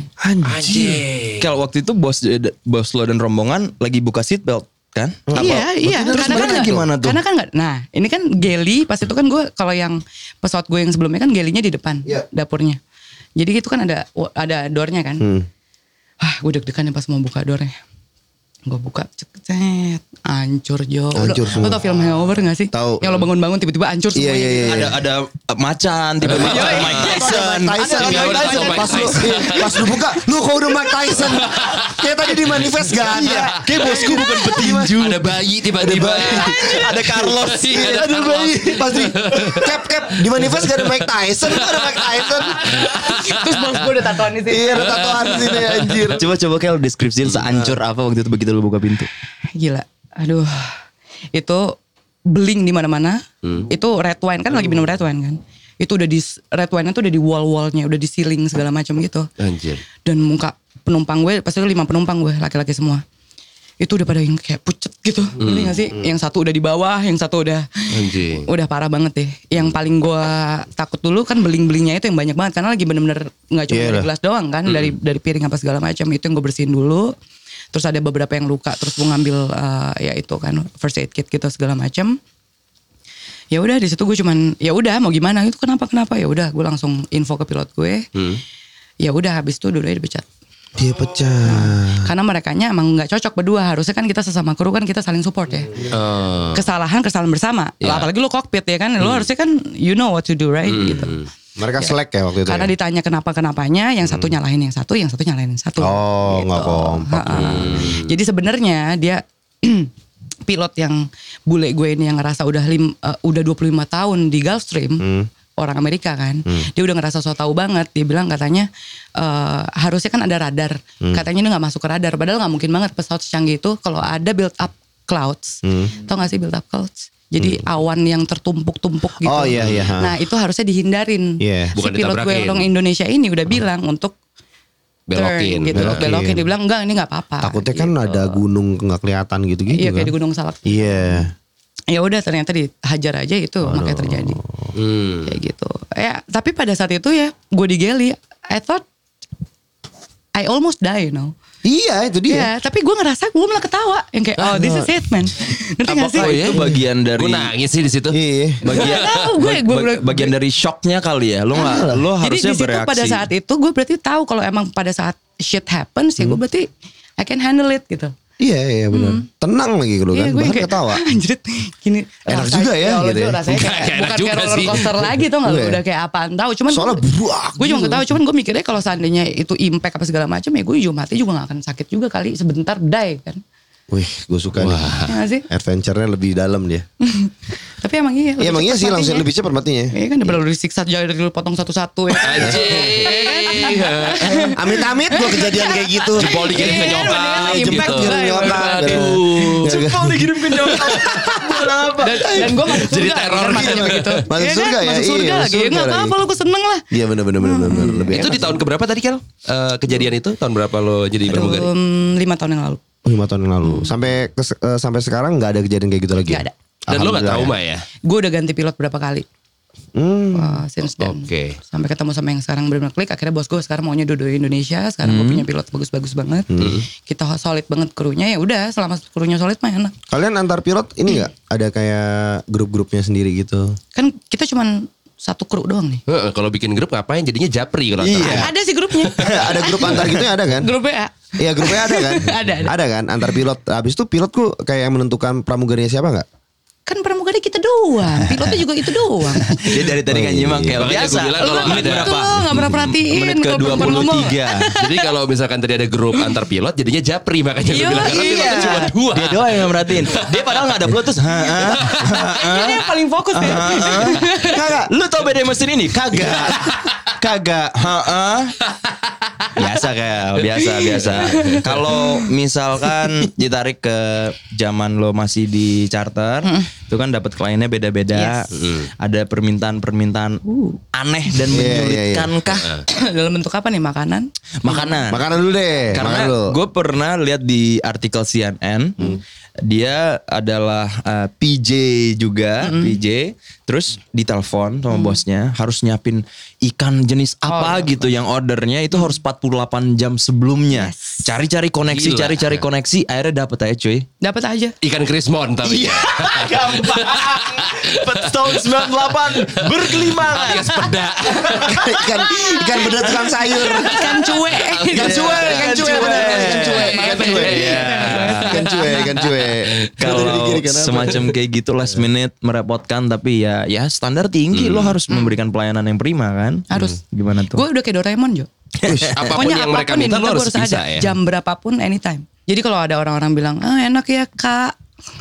Anjir. Kalau waktu itu bos bos lo dan rombongan lagi buka seat belt kan? Iya, iya. Terus Karena kan mereka nggak- gimana tuh? Karena kan nggak. Nah, ini kan geli. Pas itu kan gue kalau yang pesawat gue yang sebelumnya kan gelinya di depan Iya. dapurnya. Jadi itu kan ada ada doornya kan. Hmm. Ah, gue deg-degan nih pas mau buka doornya. Gue buka, cet, hancur Jo. Hancur Lo, semua. lo tau film Hangover gak sih? Tahu. Yang lo bangun-bangun tiba-tiba hancur Iya, semuanya. iya, gitu. iya. Ada ada uh, macan tiba-tiba Iya, iya. Mike Tyson. Tyson, Ada Mike Mike Tyson. Tyson. Pas lu, pas lu buka, lu kok udah Mike Tyson? Kayak tadi di manifest gak ada. Kayak bosku bukan petinju. Ada bayi tiba-tiba. Ada Carlos. Iya, Ada Carlos. bayi. Pasti cap cap di manifest gak ada Mike Tyson, kok ada Mike Tyson. Terus bos gue udah tatoan di sini. Iya, ada tatoan sini anjir. Coba coba kayak lo deskripsiin seancur apa waktu itu begitu lo buka pintu. Gila. Aduh. Itu bling di mana-mana. Itu red wine kan lagi minum red wine kan. Itu udah di red wine-nya tuh udah di wall-wallnya, udah di ceiling segala macam gitu. Anjir. Dan muka penumpang gue, pasti lima penumpang gue, laki-laki semua. Itu udah pada yang kayak pucet gitu. Ngerti gak sih? Yang satu udah di bawah, yang satu udah Anjing. udah parah banget deh. Yang paling gue takut dulu kan beling-belingnya itu yang banyak banget karena lagi bener-bener nggak cuma Iya dari lah. gelas doang kan, dari dari piring apa segala macam itu yang gue bersihin dulu. Terus ada beberapa yang luka, terus gue ngambil uh, ya itu kan first aid kit gitu segala macam. Ya udah di situ gue cuman ya udah mau gimana itu kenapa kenapa ya udah gue langsung info ke pilot gue. Hmm. Ya udah habis itu dulu dipecat. Dia pecah. Karena merekanya emang nggak cocok berdua. Harusnya kan kita sesama kru kan kita saling support ya. Oh. Kesalahan kesalahan bersama. Ya. Apalagi lo kokpit ya kan. Lo harusnya kan you know what to do right gitu. Mereka selek ya waktu itu. Karena ya? ditanya kenapa-kenapanya, yang satu nyalahin yang satu, yang satu nyalahin yang satu. Oh, nggak kompak. Ha-ha. Jadi sebenarnya dia pilot yang bule gue ini yang ngerasa udah lim, uh, udah dua puluh lima tahun di Gulfstream, orang Amerika kan. Dia udah ngerasa so tahu banget. Dia bilang katanya uh, harusnya kan ada radar. Katanya dia nggak masuk ke radar. Padahal nggak mungkin banget pesawat secanggih itu kalau ada build up clouds. Tau gak sih build up clouds? Jadi awan yang tertumpuk-tumpuk gitu. Oh, iya, iya, ha. Nah itu harusnya dihindarin. Iya. Si Bukan pilot gue ditabrakin. orang Indonesia ini udah bilang untuk Belokin. turn gitu, Belokin. belokin. Dia bilang enggak ini nggak apa-apa. Takutnya kan gitu. ada gunung nggak kelihatan gitu-gitu Iya kan. kayak di Gunung Salak. Iya. Ya udah ternyata dihajar aja itu makanya terjadi Hmm. kayak gitu. Ya tapi pada saat itu ya gue digeli. I thought I almost die, you know. Iya itu Iya, dia. tapi gue ngerasa gue malah ketawa yang kayak oh this is it man. Ngerti gak sih? Apakah itu bagian dari Gue nangis sih di situ. Iya. bagian Nggak tahu, gue- gue- bag- bagian dari shocknya kali ya. Lo nggak, lo Jadi harusnya di situ bereaksi. pada saat itu gue berarti tahu kalau emang pada saat shit happens ya gue berarti I can handle it gitu. Iya iya benar. Tenang lagi kalau kan, Iya, gue bahkan kayak, ketawa. Anjir, gini. Enak rasanya- juga ya, Allah, gitu ya. Rasanya Enggak, kayak, enggak enak bukan juga kayak roller sih. coaster lagi tau gak lu. Iya. Udah kayak apaan tahu. Cuman Soalnya gue, buak gue juga gitu. gak tahu. Cuman gue mikirnya kalau seandainya itu impact apa segala macam ya gue juga mati juga gak akan sakit juga kali. Sebentar die kan. Wih, gue suka nih. Ya gak sih? Adventure-nya lebih dalam dia. Tapi emang iya. Iya emang iya sih langsung lebih cepat matinya. Iya kan daripada lu disiksa jadi lu potong satu-satu ya. Anjing. Amit-amit gue kejadian kayak gitu. Jempol dikirim ke Iya, nyokap mendingan gitu. impact Kirim lah, nyokap. Aduh. Jempol dikirim ke nyokap. Dan, dan gue masuk Jadi surga teror kan matanya gitu. begitu. Masuk Iya kan? surga ya? Masuk Iya, surga masuk lagi. surga Enggak lagi. apa-apa lu gue seneng lah. Iya benar benar benar benar lebih. Itu di tahun keberapa tadi Kel? Eh, kejadian itu tahun berapa lo jadi pramugari? Aduh, lima tahun yang lalu. Oh, lima tahun yang lalu. Sampai ke, eh, sampai sekarang nggak ada kejadian kayak gitu lagi. Nggak ada. Dan lo gak Alhamdulillah trauma ya. ya? Gue udah ganti pilot berapa kali. Hmm. Wah, since then. Oke. Sampai ketemu sama yang sekarang benar-benar klik. Akhirnya bos gue sekarang maunya dua-dua Indonesia. Sekarang gue punya pilot bagus-bagus banget. Kita solid banget krunya. Ya udah, selama krunya solid mah enak. Kalian antar pilot ini nggak ada kayak grup-grupnya sendiri gitu? Kan kita cuman satu kru doang nih. Heeh, kalau bikin grup ngapain? Jadinya japri kalau Iya. antar. Ada sih grupnya. Ada grup antar gitu ya ada kan? Grup B A. Iya grupnya ada kan? Ada, ada. kan antar pilot. Habis itu pilotku kayak yang menentukan pramugarinya siapa nggak? Kan pramugari kita doang. Pilotnya juga itu doang. Dia dari tadi kan nyimak kayak Makanya biasa. gue bilang kalau Menit ada- berapa? Tuh, gak pernah perhatiin. Menit ke kalau dua perempuan puluh ngomong. tiga. Jadi kalau misalkan tadi ada grup antar pilot jadinya japri makanya gue Iya, bilang karena iya. pilotnya cuma dua. Dia doang yang merhatiin. Dia padahal gak ada Bluetooth. Ha, ha, Ini yang paling fokus ya. Kagak. Lu tau beda mesin ini? Kagak. Kagak. Heeh. Biasa kayak biasa biasa. Kalau misalkan ditarik ke zaman lo masih di charter, itu kan dapat kliennya beda-beda. Yes. Ada permintaan-permintaan aneh dan Iya, iya, iya. menyulitkan kah? Dalam bentuk apa nih? Makanan? Makanan. Makanan dulu deh. Karena Makan dulu. gue pernah lihat di artikel C N N, dia adalah uh, P J juga, P J. Terus ditelepon sama bosnya, harus nyiapin ikan jenis apa iya. gitu yang ordernya itu harus empat puluh delapan jam sebelumnya. Cari-cari koneksi, Gila. cari-cari koneksi, akhirnya dapet aja cuy. Dapat aja. Ikan krismon tapi ya. Gampang. Tahun sembilan puluh delapan berkelimangan. Alias peda. ikan ikan bener tukang sayur. Ikan cuek. Ikan cuek, ikan cuek bener kan ikan cuek. Ikan cuek. Iya. Ikan cuek, ikan cuek. Kalau semacam kayak gitu last minute merepotkan tapi ya ya standar tinggi lo harus memberikan pelayanan yang prima kan. Harus. Gimana tuh? Gue udah kayak Doraemon Jo. Apapun yang mereka minta lo harus bisa ya. Jam berapapun anytime. Jadi kalau ada orang-orang bilang, ah enak ya kak.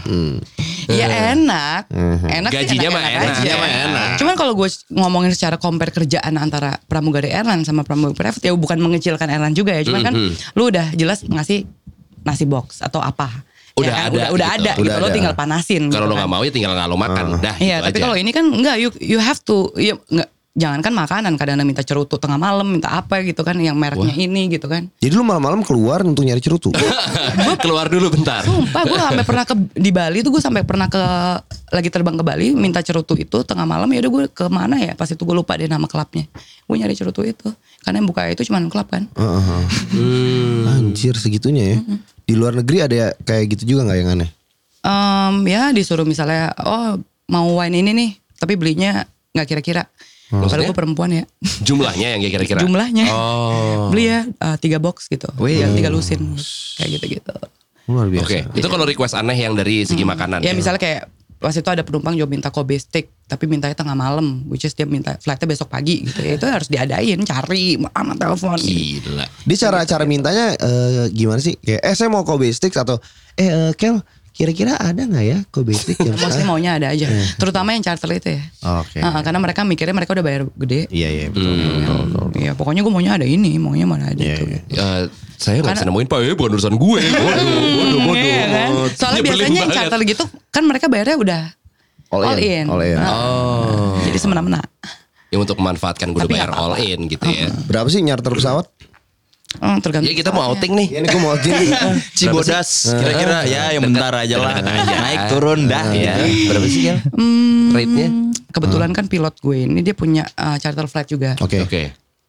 Ya enak. Enak sih, Gajinya mah enak-enak enak. aja. Gajinya mah enak. Cuman kalau gue ngomongin secara compare kerjaan antara pramugari airline sama pramugari private, ya bukan mengecilkan airline juga ya. Cuman kan lu udah jelas ngasih nasi box atau apa. Udah Ya kan? ada udah, udah gitu. ada Udah gitu. Lo ada. tinggal panasin. Kalau gitu lo kan. nggak mau ya tinggal nggak lo makan. Dah. Iya, gitu tapi aja. kalau ini kan enggak, you you have to, ya enggak, jangankan makanan, kadang-kadang minta cerutu tengah malam, minta apa gitu kan, yang mereknya ini gitu kan. Jadi lu malam-malam keluar untuk nyari cerutu. keluar dulu bentar. Sumpah gue sampai pernah ke di Bali tuh gue sampai pernah ke lagi terbang ke Bali minta cerutu itu tengah malam, ya udah gue ke mana ya, pas itu gue lupa deh nama klubnya. Gue nyari cerutu itu karena yang buka itu cuma klub kan. Heeh. Hmm. Anjir segitunya ya. Di luar negeri ada kayak gitu juga nggak yang aneh? Em, ya disuruh misalnya, oh mau wine ini nih, tapi belinya nggak kira-kira. Padahal gue perempuan ya. Jumlahnya yang kira-kira. Jumlahnya. Oh. Beli ya uh, tiga box gitu. Tinggal tiga lusin kayak gitu-gitu. Luar biasa. Oke, itu kalau request aneh yang dari segi makanan. Ya misalnya kayak pas itu ada penumpang juga minta Kobe steak tapi mintanya tengah malam, which is dia minta flightnya besok pagi gitu ya, itu harus diadain, cari mana telepon gitu. Gila. Dia cara-cara mintanya eh, gimana sih? Kayak eh saya mau Kobe sticks atau eh eh, Kel kira-kira ada nggak ya Kobe stick yang Maksudnya maunya ada aja, terutama yang charter itu ya. Oke. Ah, karena mereka mikirnya mereka udah bayar gede. Iya iya betul. betul, betul. Ya pokoknya gue maunya ada ini, maunya mana ada Iya, itu. iya. Eh, saya nggak bisa Karena- nemuin pak, ya bukan urusan gue. Bodoh, bodoh, bodoh. Iya kan? Soalnya Nyebelin biasanya yang banget. charter gitu kan mereka bayarnya udah All all, in, in. all in. Ah, Oh. Jadi semena-mena. Ya untuk memanfaatkan gue udah Tapi bayar nggak all apa-apa. in gitu ya. Berapa sih nyarter pesawat? Hmm, tergantung. Ya kita mau outing nih. Ya ini gue mau jadi. Cibodas kira-kira ya yang bentar aja lah. Naik turun dah ya. Berapa sih Kel? Hmm, Rate-nya? Kebetulan kan pilot gue ini dia punya uh, charter flight juga. Oke. Oke.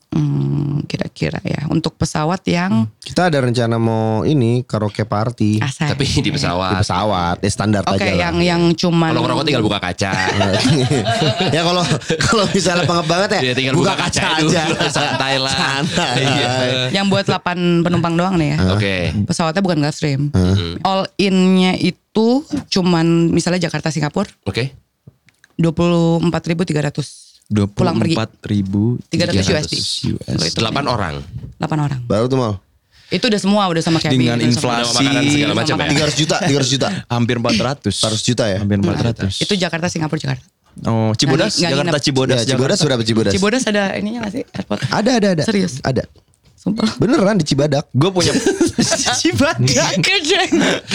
Hmm, kira-kira ya untuk pesawat yang Kita ada rencana mau ini karaoke party asal. Tapi di di pesawat. pesawat, ya standar Oke, aja lah. yang yang cuman Kalau ngerokok tinggal buka kaca. Ya kalau kalau misalnya pengep banget ya, Dia tinggal buka, buka kaca, kaca aja. dulu, santai lah. Santai. Iya. yang buat delapan penumpang doang nih ya. Oke. Pesawatnya bukan Gulfstream. All in-nya itu cuman misalnya Jakarta Singapura Oke. dua puluh empat ribu tiga ratus. Pulang pergi. dua puluh empat ribu tiga ratus U S D. U S D. Delapan orang. delapan orang. Baru tuh mal. Itu udah semua udah sama cabin. Dengan itu sama- inflasi makanan segala macam ya. tiga ratus juta, tiga ratus juta. hampir empat ratus. empat ratus juta ya? Hampir empat ratus. Itu Jakarta Singapura Jakarta. Oh, Cibodas, Nggak Jakarta nginep. Cibodas, Ya, Cibodas Jakarta. berapa Cibodas? Cibodas ada ininya gak sih airport? Ada, ada, ada. Serius? Ada. Sumpah. Beneran di Cibadak. Gue punya Cibadak. Kejeng.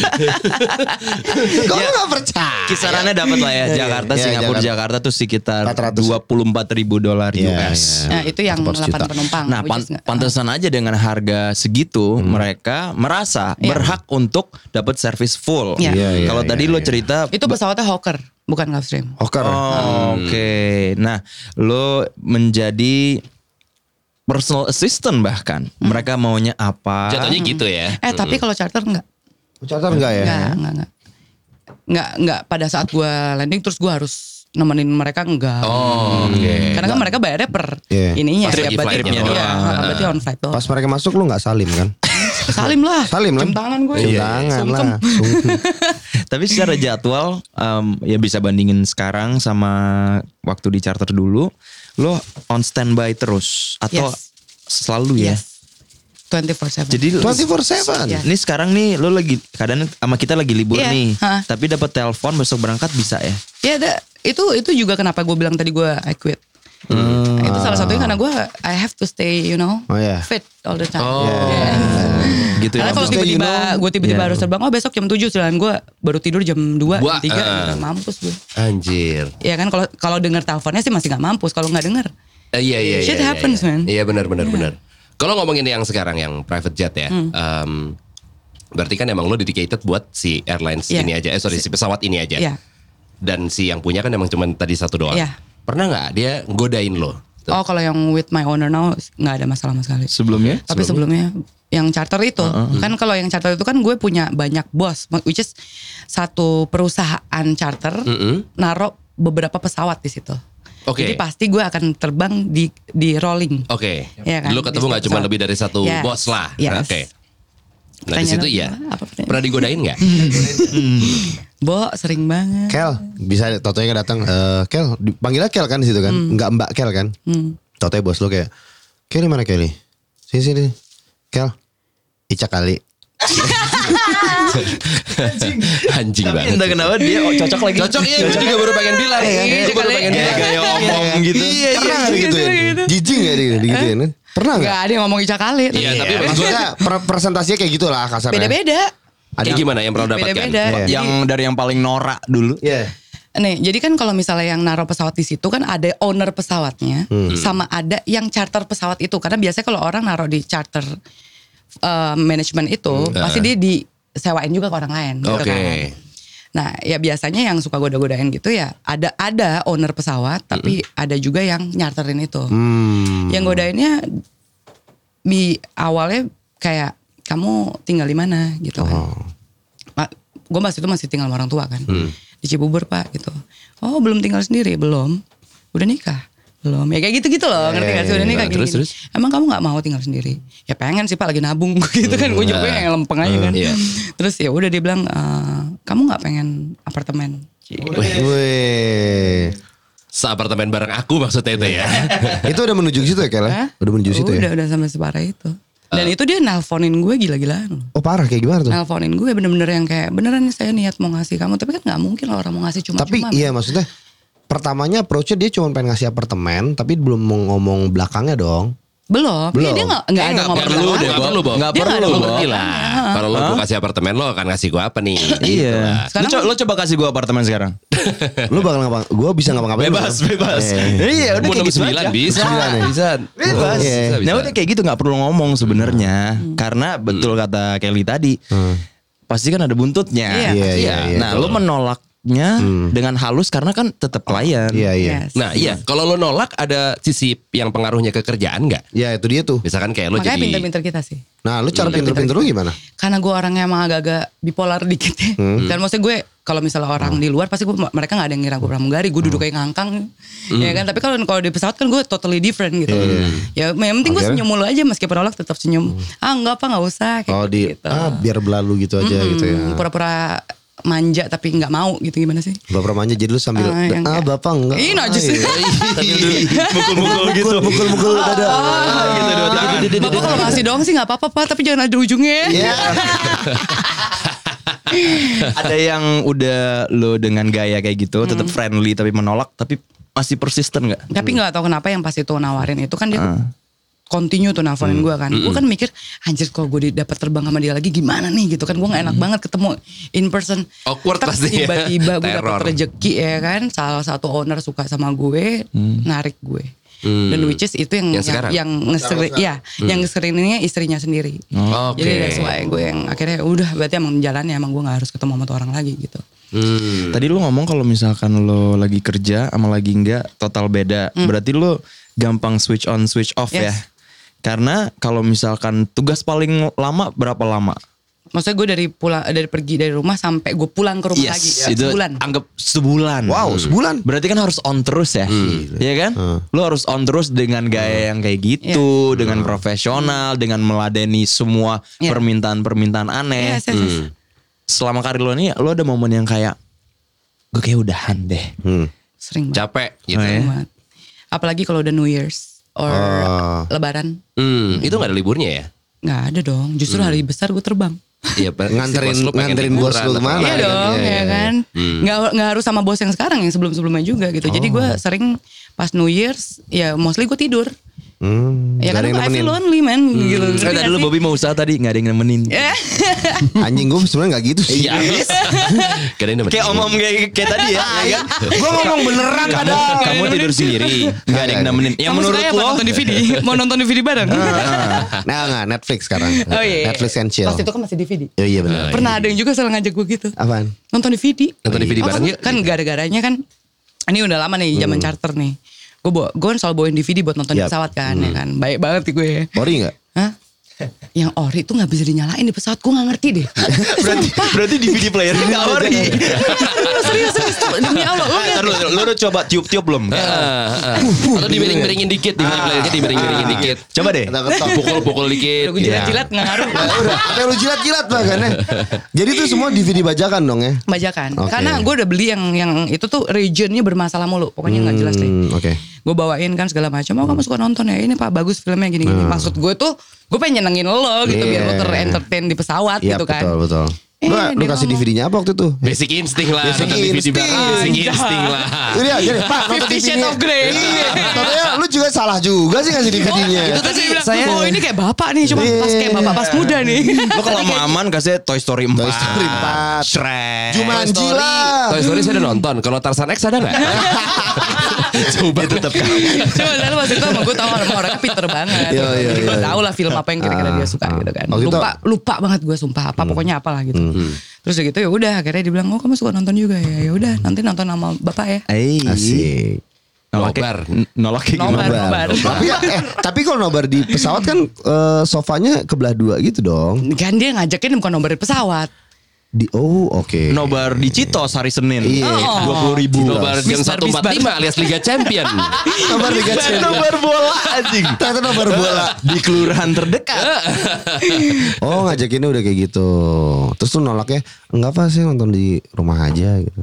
Kok lu gak percaya? kisarannya dapat lah ya. Iya, Jakarta, iya, Singapura, Jakarta. Jakarta tuh sekitar empat ratus. dua puluh empat ribu dolar Iya, U S. iya. Nah, itu yang empat ratus delapan juta. penumpang. Nah, which pan is nggak- pantesan aja dengan harga segitu mereka merasa Iya. berhak untuk dapat servis full. Iya. Iya, iya, Kalau iya, tadi iya. lo cerita Itu pesawatnya Hawker, bukan Gulfstream. Hawker. Oh, Oke. Nah, lo menjadi personal assistant bahkan. Mereka maunya apa? Jatuhnya gitu ya. Eh, tapi kalau charter enggak. Charter enggak ya? Enggak, enggak, enggak. Enggak, enggak pada saat gua landing terus gua harus nemenin mereka enggak. Oh, oke. Karena kan mereka bayarnya per Iya. ininya. Pas ya, lagi berarti, flightnya iya, doang. berarti on flight doang. Pas mereka masuk lu gak salim kan? Salim lah. Salim lah. Cium tangan gue. Cium tangan Sungkem. lah. Sungkem. Tapi secara jadwal em, ya bisa bandingin sekarang sama waktu di charter dulu. Lo on standby terus atau Yes. selalu ya? Yes. dua puluh empat tujuh. Jadi dua puluh empat tujuh. Iya. ini sekarang nih lo lagi kadang sama kita lagi libur Iya, nih, ha. tapi dapat telepon besok berangkat bisa ya? Ya ada, itu itu juga kenapa gue bilang tadi gue I quit. Nah, itu salah satunya karena gue I have to stay you know Oh, iya. fit all the time. Oh. Gitu ya. Karena kalau Stay, you tiba-tiba know. gue tiba-tiba Iya. harus terbang, oh besok jam tujuh sedangkan gue baru tidur jam dua, Wah, jam tiga, ah. udah mampus gue. Anjir. Ya kan kalau kalau dengar teleponnya sih masih nggak mampus, kalau nggak denger. Eh, iya iya Shit iya. happens, iya. man. Iya benar benar benar. Kalau ngomongin yang sekarang yang private jet ya, Hmm. em, berarti kan emang lo dedicated buat si airlines Iya. ini aja, eh sorry si pesawat ini aja. Iya. Dan si yang punya kan emang cuma tadi satu doang. Iya. Pernah nggak dia godain lo? Tuh. Oh kalau yang with my owner now nggak ada masalah sama sekali. Sebelumnya? Tapi sebelumnya yang charter itu kan kalau yang charter itu kan gue punya banyak bos, which is satu perusahaan charter Mm-mm. naruh beberapa pesawat di situ. Oke. Jadi pasti gue akan terbang di di rolling. Oke. Iya kan? Lo ketemu Di nggak setiap cuma pesawat. lebih dari satu Yes. bos lah. Yes. Oke. Nah di Pertanyaan situ apa? ya. Apa pertanyaan? Pernah digodain nggak? Bo sering banget. Kel, bisa Totonya datang. Eh, Kel, panggilnya Kel kan di situ kan? Enggak Mbak Kel kan? Hmm. Totonya bos lo kayak, Kelly mana Kelly? Sini sini. Kel, Ica kali. Anjing Tapi banget. entah kenapa dia oh, cocok lagi. Cocok ya, gue juga baru pengen bilang. Iya, Gue iya, baru kali. pengen Iya, bilang. Kayak omong gitu. Iya, Pernah nggak iya, gitu ya? gitu. Jijing gak dia digituin? Pernah Enggak gak? ada yang ngomong Ica kali. Iya, tapi maksud gue Maksudnya per- presentasinya kayak gitu lah kasarnya. beda-beda. kayak gimana yang pernah dapatkan? Beda-beda. Iya. Yang dari yang paling norak dulu. Iya. Nih, jadi kan kalau misalnya yang naruh pesawat di situ kan ada owner pesawatnya, sama ada yang charter pesawat itu. Karena biasanya kalau orang naruh di charter uh, manajemen itu, pasti dia disewain juga ke orang lain. Gitu Oke. kan. Nah, ya biasanya yang suka goda-godain gitu ya ada ada owner pesawat, tapi ada juga yang nyarterin itu. Hmm. Yang godainnya di awalnya kayak kamu tinggal di mana gitu kan. Gue masih itu masih tinggal sama orang tua kan. Di Cibubur Pak gitu. Oh belum tinggal sendiri? Belum. Udah nikah? Belum. Ya kayak gitu-gitu loh. Ngerti gak sih? Udah nikah Nah, gini, terus, gini. terus? Emang kamu gak mau tinggal sendiri? Ya pengen sih Pak lagi nabung gitu kan. Gue juga pengen yang lempeng aja kan. Iya. Terus ya udah dia bilang "Eh, kamu gak pengen apartemen? Wih. Seapartemen bareng aku maksudnya itu ya. Itu udah menuju ke situ ya Kel? Hah? Udah menuju ke situ Udah ya? udah sampai separah itu. Dan itu dia nelponin gue gila-gilaan loh. Oh parah kayak gimana tuh? Nelponin gue bener-bener yang kayak beneran nih saya niat mau ngasih kamu. Tapi kan gak mungkin lah orang mau ngasih cuma-cuma. Tapi iya maksudnya pertamanya approach-nya dia cuma pengen ngasih apartemen tapi belum mau ngomong belakangnya dong. Belum. Belum. Iya, dia gak, gak ada Nggak ngomong perlu apa-apa. deh, Bob. perlu, Bob. Nggak Dia nggak perlu, ada Bob. ngomong Gila. apa-apa. Kalau lo gue kasih apartemen lo akan ngasih gue apa nih? Gitu Iya. lah. Lo, Sekarang- co- lo coba kasih gue apartemen sekarang. Lu bakal ngapa? Gue bisa ngapa-ngapain? Bebas, lu? bebas. Eh. Iya, udah Mau kayak nomor gitu sembilan aja. bisa. Sembilan ya? Bisa. Bebas. Iya. Bisa, bisa. Nah udah kayak gitu nggak perlu ngomong sebenarnya, karena betul kata Kelly tadi, pasti kan ada buntutnya. Iya. Iya, iya, iya. Nah lo menolak nolaknya dengan halus karena kan tetap klien. Iya iya. Yes. Nah iya, kalau lo nolak ada sisi yang pengaruhnya ke kerjaan nggak? Ya itu dia tuh. Misalkan kayak lo Makanya jadi pinter-pinter kita sih. Nah lu cara Pinter-pinter pinter-pinter lu gimana? Karena gue orangnya emang agak-agak bipolar dikit ya. Dan maksudnya gue kalau misalnya orang di luar pasti gue, mereka nggak ada yang ngira gue pramugari. Gue duduk kayak ngangkang, ya kan. Tapi kalau kalau di pesawat kan gue totally different gitu. Ya yang penting gue Akhirnya? senyum mulu aja meskipun nolak tetap senyum. Ah enggak apa nggak usah. Kayak Oh di gitu. ah biar berlalu gitu aja gitu ya. Hmm, pura-pura manja tapi nggak mau gitu, gimana sih? Bapak manja jadi lu sambil Ah, yang ah kayak- bapak enggak. Ih najis. Mukul-mukul gitu. Mukul-mukul dada. gitu dua tangan. Bapak kalau ngasih doang sih nggak apa-apa Pak, tapi jangan ada ujungnya. Iya. Ada yang udah lo dengan gaya kayak gitu tetap friendly tapi menolak tapi masih persisten nggak? Tapi nggak tahu kenapa yang pas itu nawarin itu kan dia continue tuh nelfonin gue kan. Gue kan mikir anjir kalau gue dapat terbang sama dia lagi gimana nih gitu kan. Gue gak enak banget ketemu in person. Awkward Terus pasti ya. tiba-tiba gue Teror. dapat rezeki ya kan. Salah satu owner suka sama gue, narik gue. Hmm. Dan which is itu yang Yang yang, sekarang? yang ngeseri, ya, yang ngeskrininnya istrinya sendiri. Oke. Jadi that's why gue yang akhirnya udah berarti emang jalannya emang gue gak harus ketemu sama tuh orang lagi gitu. Hmm. Tadi lu ngomong kalau misalkan lo lagi kerja sama lagi enggak total beda. Berarti lo gampang switch on switch off ya. Yes. Karena kalau misalkan tugas paling lama berapa lama? Maksudnya gue dari pulang dari pergi dari rumah sampai gue pulang ke rumah lagi itu sebulan. anggap sebulan. Wow, sebulan. Berarti kan harus on terus ya, Iya kan? Lo harus on terus dengan gaya yang kayak gitu, dengan profesional, dengan meladeni semua Iya. permintaan-permintaan aneh. Yes, yes, yes. Selama karir lo ini, lo ada momen yang kayak gue kayak udahan deh. Hmm. Sering banget. Capek gitu. Oh, ya? Sering banget. Apalagi kalau udah New Year's or Oh. Lebaran. Hmm, itu gak ada liburnya ya? Nggak ada dong. Justru hari besar gue terbang. Iya, Pak. Nganterin- Si bos lu pengen nganterin bos liburan lu atau kemana? apa? Iya kan? dong, Iya, ya iya, kan. Nggak nggak harus sama bos yang sekarang, yang sebelum-sebelumnya juga gitu. Jadi gue sering pas New Year's, ya mostly gue tidur. Hmm. Ya Gak ada kan yang I feel nemenin. lonely man. Gitu. Eh, Ngerti tadi nggak lu sih? Bobby mau usaha tadi gak ada yang nemenin. Ya. Anjing gue sebenarnya gak gitu sih. Iya, habis. Gak ada yang nemenin. Kayak om-om kayak, kayak tadi ya. ya kan? Gue ngomong beneran Kamu, padahal. kamu tidur sendiri, gak ada yang nemenin. Yang Kamu menurut sukanya apa, lo, nonton D V D? Mau nonton D V D bareng? Nah enggak Netflix sekarang. Oh iya. Netflix and chill. Pas itu kan masih D V D. Oh iya benar. Pernah ada yang juga salah ngajak gue gitu. Apaan? Nonton D V D. Nonton D V D Oh, bareng yuk. kan gara-garanya kan ini udah lama nih zaman charter nih. Gue bawa, gue kan selalu bawain D V D buat nonton di Yap. pesawat kan, ya kan. Baik banget nih gue. Ori gak? Hah? Yang ori tuh nggak bisa dinyalain di pesawat, gue nggak ngerti deh. berarti, berarti D V D player ini gak ori. serius, serius, serius. Demi Allah, lo lihat. Lu, lu udah coba tiup-tiup belum? Ah, ah. Atau dibering-beringin dikit, D V D playernya dibering-beringin dikit. Coba deh. Kita ketok. Pukul-pukul dikit. Udah gue jilat-jilat nggak ngaruh. Ya udah, apa yang lu jilat-jilat bahkan ya. Jadi itu semua D V D bajakan dong ya? Bajakan. Oke. Karena gue udah beli yang yang itu tuh regionnya bermasalah mulu. Pokoknya nggak jelas deh. Hmm, Oke. Gue bawain kan segala macam. Oh kamu suka nonton ya? Ini Pak bagus filmnya gini-gini. Maksud gue tuh gue pengen nyenengin lo gitu biar lo Iya. ter-entertain di pesawat Iya gitu kan. betul betul. Eh, Lu, lu dia kasih ngomong. D V D-nya apa waktu itu? Basic instinct lah. Basic nonton D V D instinct. bareng. Basic instinct lah. Ini aja deh, Pak, nonton Fifty D V D-nya. Shades of Grey. Iya. Katanya lu juga salah juga sih ngasih D V D-nya. Itu tadi saya oh ini kayak bapak nih, cuma pas kayak bapak pas muda nih. Lu kalau mau aman kasih Toy Story empat. Toy Story empat. Shrek. Jumanji lah. Toy Story saya udah nonton. Kalau Tarzan X ada nggak? Coba tetap Cuma saya waktu itu emang gue tau orang orangnya pinter banget. Iya, iya, Jadi gue iya. tau lah film apa yang kira-kira dia suka gitu kan. Oh, gitu. Lupa lupa banget gue sumpah apa pokoknya apalah gitu. Terus udah gitu ya udah akhirnya dia bilang oh kamu suka nonton juga ya. Ya udah nanti nonton sama bapak ya. Eh, Asik. Nolaknya, nolaknya Nobar, gimana? nobar. Tapi ya, eh, tapi kalau nobar di pesawat kan eh, sofanya kebelah dua gitu dong. Kan dia ngajakin bukan nobar di pesawat. Di oh oke. Nobar di Citos hari Senin. Iya. dua puluh ribu. Nobar jam Bisbar, satu empat lima alias Liga Champion. Nobar Liga Champions. Nobar bola anjing. Ternyata nobar bola. Di kelurahan terdekat. Oh ngajakinnya udah kayak gitu. Terus tuh nolaknya enggak apa sih nonton di rumah aja gitu.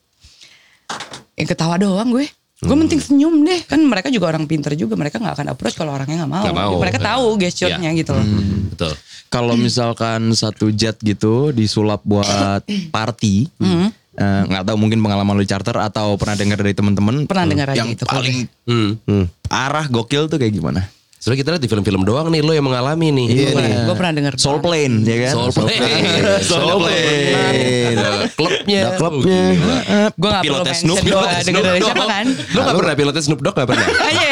Ya ketawa doang gue. Gue penting senyum deh. Kan mereka juga orang pinter juga. Mereka gak akan approach kalau orangnya gak mau. Nggak mau. Mereka tahu gesture-nya gitu loh. Betul. Kalau misalkan satu jet gitu disulap buat party, eh, nggak tahu mungkin pengalaman lu di charter atau pernah dengar dari teman-teman Pernah dengar aja yang gitu. paling Hmm. Hmm. parah gokil tuh kayak gimana? Soalnya kita lihat di film-film doang nih lo yang mengalami nih. Iya Gue nih. gue pernah denger. Soul Plane ya kan? Soul Plane. Soul Plane. Ada klubnya. Ada klubnya. Gue gak perlu Pilotnya mention Snoop gue Dogg. denger dari siapa kan. Lo gak pernah pilotnya Snoop Dogg gak pernah? Aja.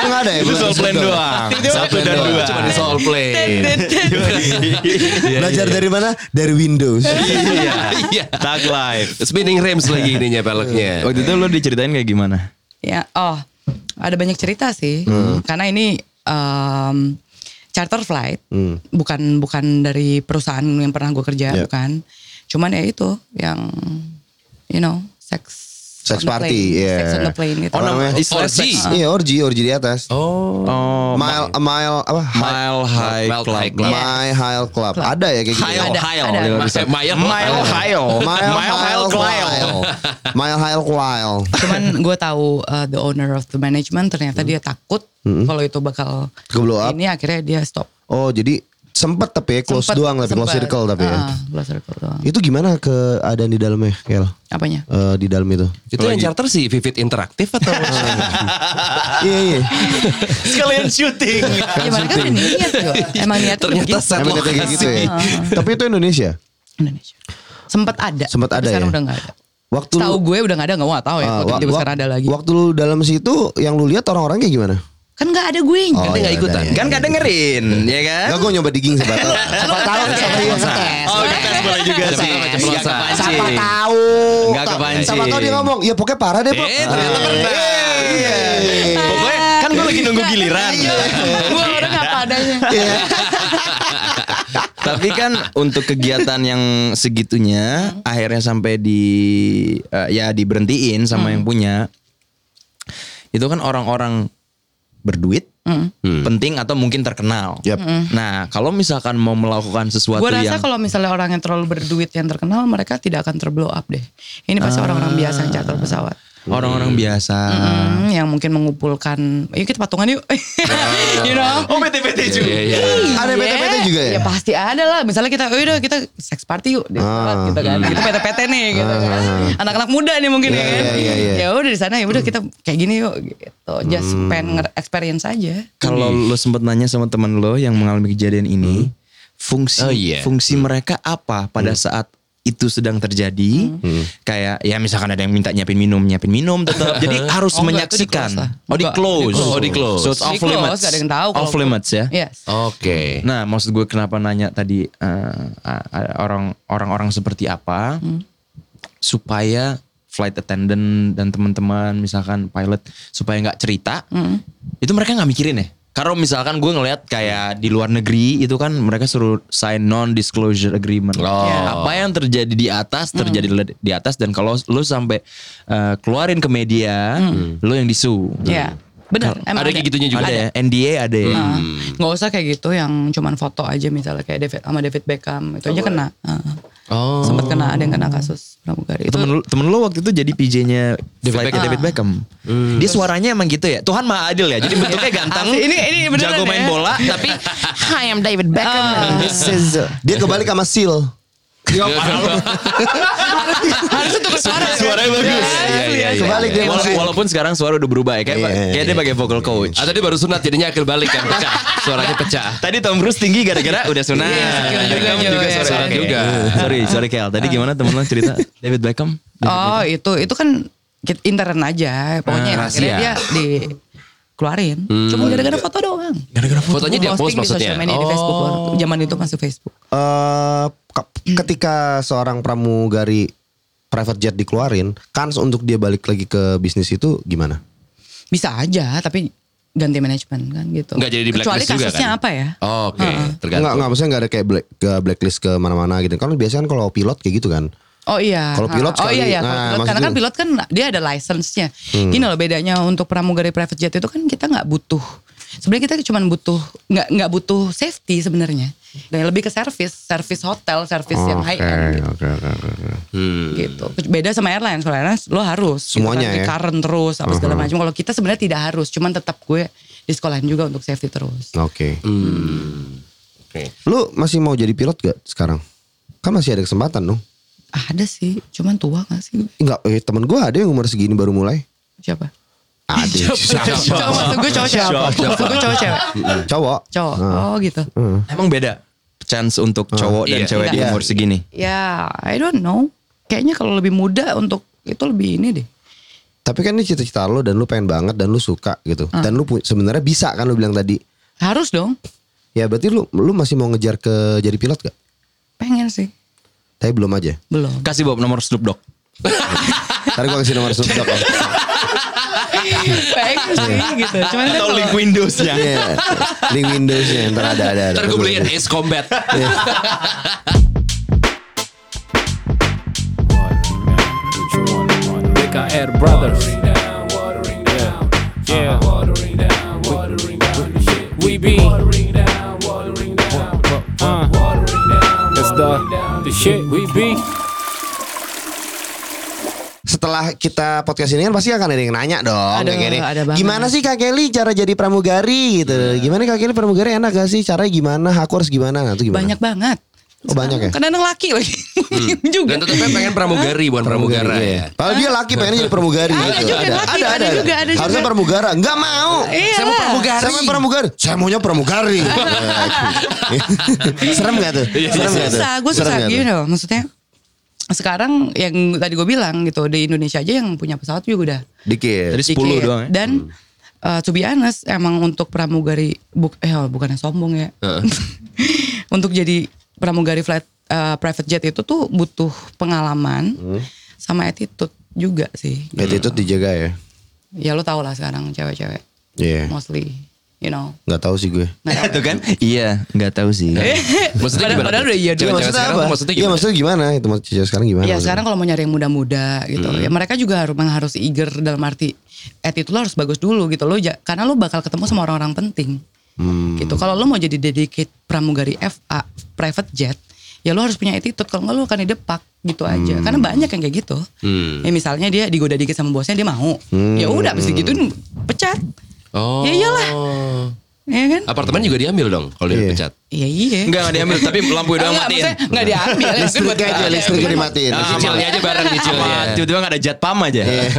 nggak ada ya? Itu soal plan doang. Satu dan dua. Cuma di soal plane. Belajar dari mana? Dari Windows. Iya. Iya. Tag live. Spinning rims lagi ininya peleknya. Waktu itu lo diceritain kayak gimana? Ya, oh, ada banyak cerita sih. Karena ini um, charter flight, Hmm. bukan bukan dari perusahaan yang pernah gue kerja, Yeah. bukan. Cuman ya itu yang, you know, sex. Sex on the party, plane, yeah. Sex on the plane gitu. Oh, namanya istilah orgy. seks. Iya, orgy, orgy di atas. Oh. Oh, Mile, a mile apa? Mile High Mile Club. High Club. My High Club. Ada ya kayak gitu. Hail, Ada, hail. ada. Dia Ma- bisa. Mile- Mile Hail. Mile Mile Hail. Mile High Club. Cuman gue tahu uh, the owner of the management ternyata dia takut kalau itu bakal Ke blow up. ini akhirnya dia stop. Oh, jadi sempet tapi ya, close Sempet- doang tapi close sempet. circle tapi ya. Ah, close circle doang. Itu gimana keadaan di dalamnya, Kel? Apanya? Eh, di dalam itu. Itu yang charter sih Vivid Interaktif atau? Iya, iya. Sekalian syuting. Ya mereka udah niat kok. Emang niatnya Ternyata begitu. set Emang kayak gitu ya. Tapi itu Indonesia. Indonesia. Sempat ada. Sempat tapi ada sekarang ya? udah gak ada. Waktu Tahu lu- gue udah gak ada, gak mau tahu ya. Ah, Kalau wa- tiba-tiba wa- sekarang ada lagi. Waktu lu dalam situ yang lu lihat orang-orang kayak gimana? Kan gak ada gue. Oh, Dia nggak iya, ikutan. ada, iya. Kan gak dengerin, ya kan? Enggak, gue nyoba digging siapa tahu. Siapa tahu siapa yang ngetes. Oh, ngetes boleh juga Siapa sih. tahu Nggak keceplosan. kepancing. Siapa tahu. Nggak kepancing. Siapa tahu dia ngomong, ya pokoknya parah deh, Pak. Eh, ternyata pernah. Iya. Pokoknya kan gue lagi nunggu giliran. Gue orang apa adanya. Iya. Tapi kan untuk kegiatan yang segitunya akhirnya sampai di eh, ya diberhentiin sama yang punya. Itu kan orang-orang berduit, penting atau mungkin terkenal. Yap. Nah, kalau misalkan mau melakukan sesuatu Gue rasa yang kalau misalnya orang yang terlalu berduit yang terkenal, mereka tidak akan terblow up deh. Ini pasti orang-orang biasa yang charter pesawat. orang-orang biasa. Mm, yang mungkin mengumpulkan, yuk kita patungan yuk. You know? Oh, P T P T juga. Iya, iya. Ada P T P T juga ya? Ya pasti ada lah. Misalnya kita, oh udah kita sex party yuk di pesawat gitu kan. Gitu P T P T nih gitu kan. Anak-anak muda nih mungkin Iya, ya kan. iya, iya, iya. Ya udah di sana ya udah kita kayak gini yuk gitu. Just pengen nger- experience aja. Kalau lo sempat nanya sama teman lo yang mengalami kejadian ini, fungsi Oh, iya. fungsi mereka apa pada saat itu sedang terjadi? Kayak ya misalkan ada yang minta nyiapin minum, nyiapin minum tetap. Jadi harus Oh, enggak, itu menyaksikan. di-close lah. Oh, di Enggak, close. di-close. Oh, di-close. So it's off Di-close, limits. gak ada yang tahu kalau- Off limits ya. Yes. Oke. Nah, maksud gue kenapa nanya tadi eh, eh, orang orang-orang seperti apa supaya flight attendant dan teman-teman misalkan pilot supaya nggak cerita, itu mereka nggak mikirin ya. Kalau misalkan gue ngelihat kayak di luar negeri itu kan mereka suruh sign non-disclosure agreement. Oh. Apa yang terjadi di atas terjadi di atas dan kalau lu sampai eh, keluarin ke media, lu yang disu. Ya. Benar. Kal- emang Ada kayak gitunya juga. Ada ya, N D A ada ya. Ah, nggak usah kayak gitu yang cuman foto aja misalnya kayak David sama David Beckham itu aja kena. Ah. Oh. Sempat kena, ada yang kena kasus pramugari. Itu Temen lu, temen lu waktu itu jadi P J-nya David flightnya Beckham. David Beckham. Dia suaranya emang gitu ya. Tuhan maha adil ya. Jadi bentuknya ganteng. Asli, ini- ini beneran jago main ya. bola tapi Hi I'm David Beckham. Ah. This is Dia kebalik sama Seal. harusnya tuh suara. suaranya bagus. Iya, iya, iya. Kebalik dia Wala- masih. Walaupun sekarang suara udah berubah ya. Kayak, Iya, iya, kayak dia pakai vocal coach. Atau dia baru sunat jadinya akil balik kan pecah. Suaranya pecah. Tadi Tom Cruise tinggi gara-gara udah sunat. Iya, Beckham juga, juga juga, suara sunat kayak- juga. Sorry, sorry Kel. Tadi gimana temen lo cerita David Beckham? Oh itu itu kan kit- intern aja. Pokoknya Ah, akhirnya rahasia. dia dikeluarin. Cuma gara-gara foto doang. Gara-gara Fotonya dia post Posting di maksudnya. sosial media di Facebook. Zaman itu masih Facebook. Eh, ke- ketika seorang pramugari private jet dikeluarin, kans untuk dia balik lagi ke bisnis itu gimana? Bisa aja tapi ganti manajemen kan gitu. Nggak jadi di Kecuali blacklist juga kasusnya kan? apa ya? Oh, Oke, Enggak, tergantung. enggak, maksudnya enggak ada kayak black, ke blacklist ke mana-mana gitu. Kan biasanya kan kalau pilot kayak gitu kan. Oh iya. Kalau pilot Oh sekali- iya ya. nah, Pilot, maksud karena kan itu. pilot kan dia ada license-nya. Gini loh bedanya untuk pramugari private jet itu kan kita nggak butuh. Sebenarnya kita cuma butuh nggak nggak butuh safety sebenarnya. Dan lebih ke service, service hotel, service yang high end gitu. Oke, oke, oke, oke. Hmm. gitu. Beda sama airlines. Kalau airlines lo harus Semuanya gitu ya? kan, recurrent terus apa segala macam. Kalau kita sebenarnya tidak harus, cuman tetap gue di sekolahin juga untuk safety terus. Oke. Hmm. Oke. Lu masih mau jadi pilot gak sekarang? Kan masih ada kesempatan dong. Ada sih, cuman tua gak sih gue? Enggak, eh, temen gue ada yang umur segini baru mulai. Siapa? Ada. Cowok maksud gue cowok cewek. Maksud gue cowok cewek. Cowok. Cowok. Oh gitu. Emang beda chance untuk cowok dan Iya. cewek di Iya. umur segini. Ya, I don't know. Kayaknya kalau lebih muda untuk itu lebih ini deh. Tapi kan ini cita-cita lo dan lu pengen banget dan lu suka gitu. Ah. Dan lu pu- sebenarnya bisa kan lu bilang tadi. Harus dong. Ya berarti lu lu masih mau ngejar ke jadi pilot gak? Pengen sih. Tapi belum aja. Belum. Kasih Bob nomor Snoop Dogg. Ntar gue kasih nomor Snoop Dogg. Pengen sih gitu. Cuman kan Atau kalau- link Windows-nya. Iya. Link Windows-nya ntar ada ada. ada. Ntar gue beliin Ace Combat. B K R Brothers. Yeah. We be. Uh, it's the the shit we be. Setelah kita podcast ini kan pasti akan ada yang nanya dong. Ada, Kak Kelly. ada banget. Gimana sih Kak Kelly cara jadi pramugari gitu? Gimana Kak Kelly pramugari enak gak sih? Caranya gimana? Aku harus gimana? Nah, itu gimana? Banyak banget. Oh, banyak ya? Kadang-kadang laki lagi. juga. Dan tetapnya pengen pramugari bukan pramugara iya. ya. Kalau dia laki pengen jadi pramugari Ada gitu. juga yang laki, ada juga, ada Harusnya juga. pramugara. Enggak mau. Iya Saya mau lah. pramugari. Saya mau pramugari. Saya maunya pramugari. Serem gak tuh? Serem gak tuh? Susah, gue Serem susah gak tuh? gitu loh. Maksudnya sekarang yang tadi gue bilang gitu, di Indonesia aja yang punya pesawat juga udah Dikit. Dari sepuluh dikit. doang ya. Dan uh, to be honest, emang untuk pramugari buk, eh bukannya sombong ya. Untuk jadi pramugari flight uh, private jet itu tuh butuh pengalaman sama attitude juga sih. Attitude dijaga ya? Ya lo tau lah sekarang cewek-cewek Iya. mostly, you know. Gak tahu sih gue. Nggak tahu. Itu kan? Iya, nggak tahu sih. Maksudnya Padahal- gimana? padahal udah iya dulu. Cewek-cewek Maksudnya sekarang apa? tuh maksudnya Iya gimana? maksudnya gimana? Itu maksudnya sekarang gimana? Ya maksudnya? sekarang kalau mau nyari yang muda-muda gitu, Hmm. ya mereka juga harus memang harus eager dalam arti attitude lo harus bagus dulu gitu lo, ja- karena lo bakal ketemu sama orang-orang penting. Hmm. Gitu. Kalau lo mau jadi dedicate pramugari F A private jet, ya lo harus punya attitude. Kalau nggak lo akan didepak gitu aja. Karena banyak yang kayak gitu. Hmm. Ya misalnya dia digoda dikit sama bosnya dia mau. Ya udah abis digituin pecat. Oh. Ya iyalah. Ya kan? Apartemen juga diambil dong kalau dia Iya. dipecat. Iya iya. Enggak, enggak diambil, tapi lampu doang Enggak, matiin. maksudnya nggak diambil. ya, maksudnya buat Listrik aja, dipakai. listriknya dimatiin. Ah, Cicilnya aja bareng Sama cicilnya. tiba-tiba gak ada jet pam aja.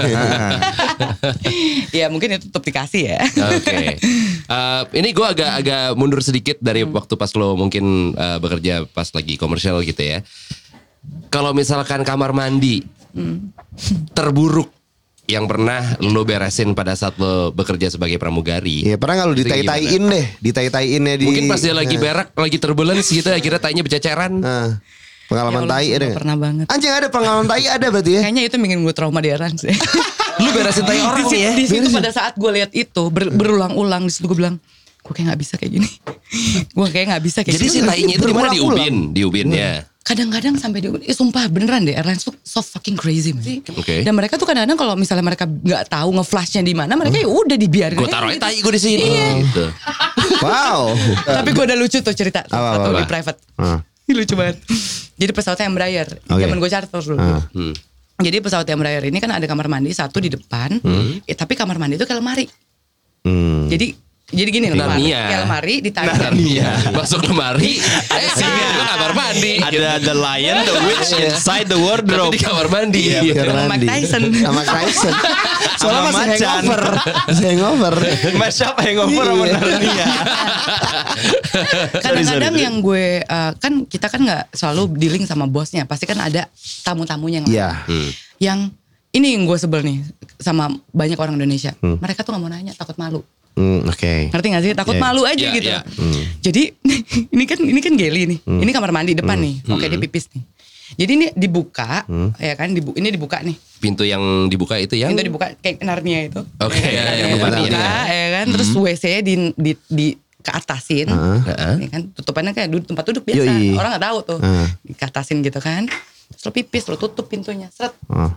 Ya mungkin itu tetap dikasih ya. Oke. Eh, ini gue agak-agak mundur sedikit dari waktu pas lo mungkin eh, bekerja pas lagi komersial gitu ya. Kalau misalkan kamar mandi terburuk yang pernah lo beresin pada saat lo bekerja sebagai pramugari. Iya pernah gak lu Itu ditai-taiin deh. Ditai-taiinnya di. Mungkin pas dia lagi Nah. berak, lagi turbulence gitu akhirnya tainya berceceran. Nah, pengalaman Ya Allah, tai ada nggak gak? pernah banget. Anjing ada pengalaman tai ada berarti ya? Kayaknya itu bikin gue trauma di Eran sih. Lu beresin tai orang di, nih ya. di situ pada saat gue lihat itu ber- berulang-ulang di situ gue bilang, gue kayak nggak bisa kayak gini. Gue kayak nggak bisa kayak Jadi si gini. tainya itu di mana? Di Berulang-ulang. ubin, di ubinnya. Kadang-kadang sampai di, eh, sumpah beneran deh, Airlines tuh so fucking crazy man. Oke. Dan mereka tuh kadang-kadang kalau misalnya mereka nggak tahu ngeflashnya di mana, mereka ya udah dibiarin. Gue aja taruh gitu. tai gue di sini. Gitu. Wow. Tapi gue udah lucu tuh cerita Apa, satu apa, di apa? private. Ah. Ini lucu banget. Jadi pesawatnya Embraer, Oke. zaman gue charter dulu. Ah. Hmm. Jadi pesawat Embraer ini kan ada kamar mandi satu di depan, eh, tapi kamar mandi itu kayak lemari. Hmm. Jadi jadi gini lemari, Narnia. kayak lemari ditarik. Iya, masuk lemari, eh singa, lu kamar mandi. Ada the lion, the witch inside the wardrobe. Tapi di kamar mandi. Kamar Sama Mike mandi. Tyson. Sama Mike Tyson. Soalnya Sama masih macan. hangover. Masih hangover. Mashup hangover sama Iya. Narnia. Kadang-kadang yang gue uh, kan kita kan nggak selalu dealing sama bosnya, pasti kan ada tamu-tamunya yang Iya. Hmm. yang ini yang gue sebel nih sama banyak orang Indonesia. Mereka tuh nggak mau nanya, takut malu. Hmm, oke. Ngerti gak sih? Takut Iya. malu aja Iya, gitu. iya. Jadi ini kan ini kan Geli nih. Ini kamar mandi depan nih. Oke, dia pipis nih. Jadi ini dibuka, ya kan? Dibu ini dibuka nih. Pintu yang dibuka itu yang. Pintu dibuka kayak Narnia itu. Oke, Ya, ya, kan? yang Dibuka, depan ini. ya kan? Terus W C-nya di di di ke atasin. Heeh. Ya kan? Tutupannya kayak duduk, tempat duduk biasa. Yoi. Orang nggak tahu tuh. Heeh. Di atasin gitu kan. Terus lo pipis, lo tutup pintunya. Seret. Oh.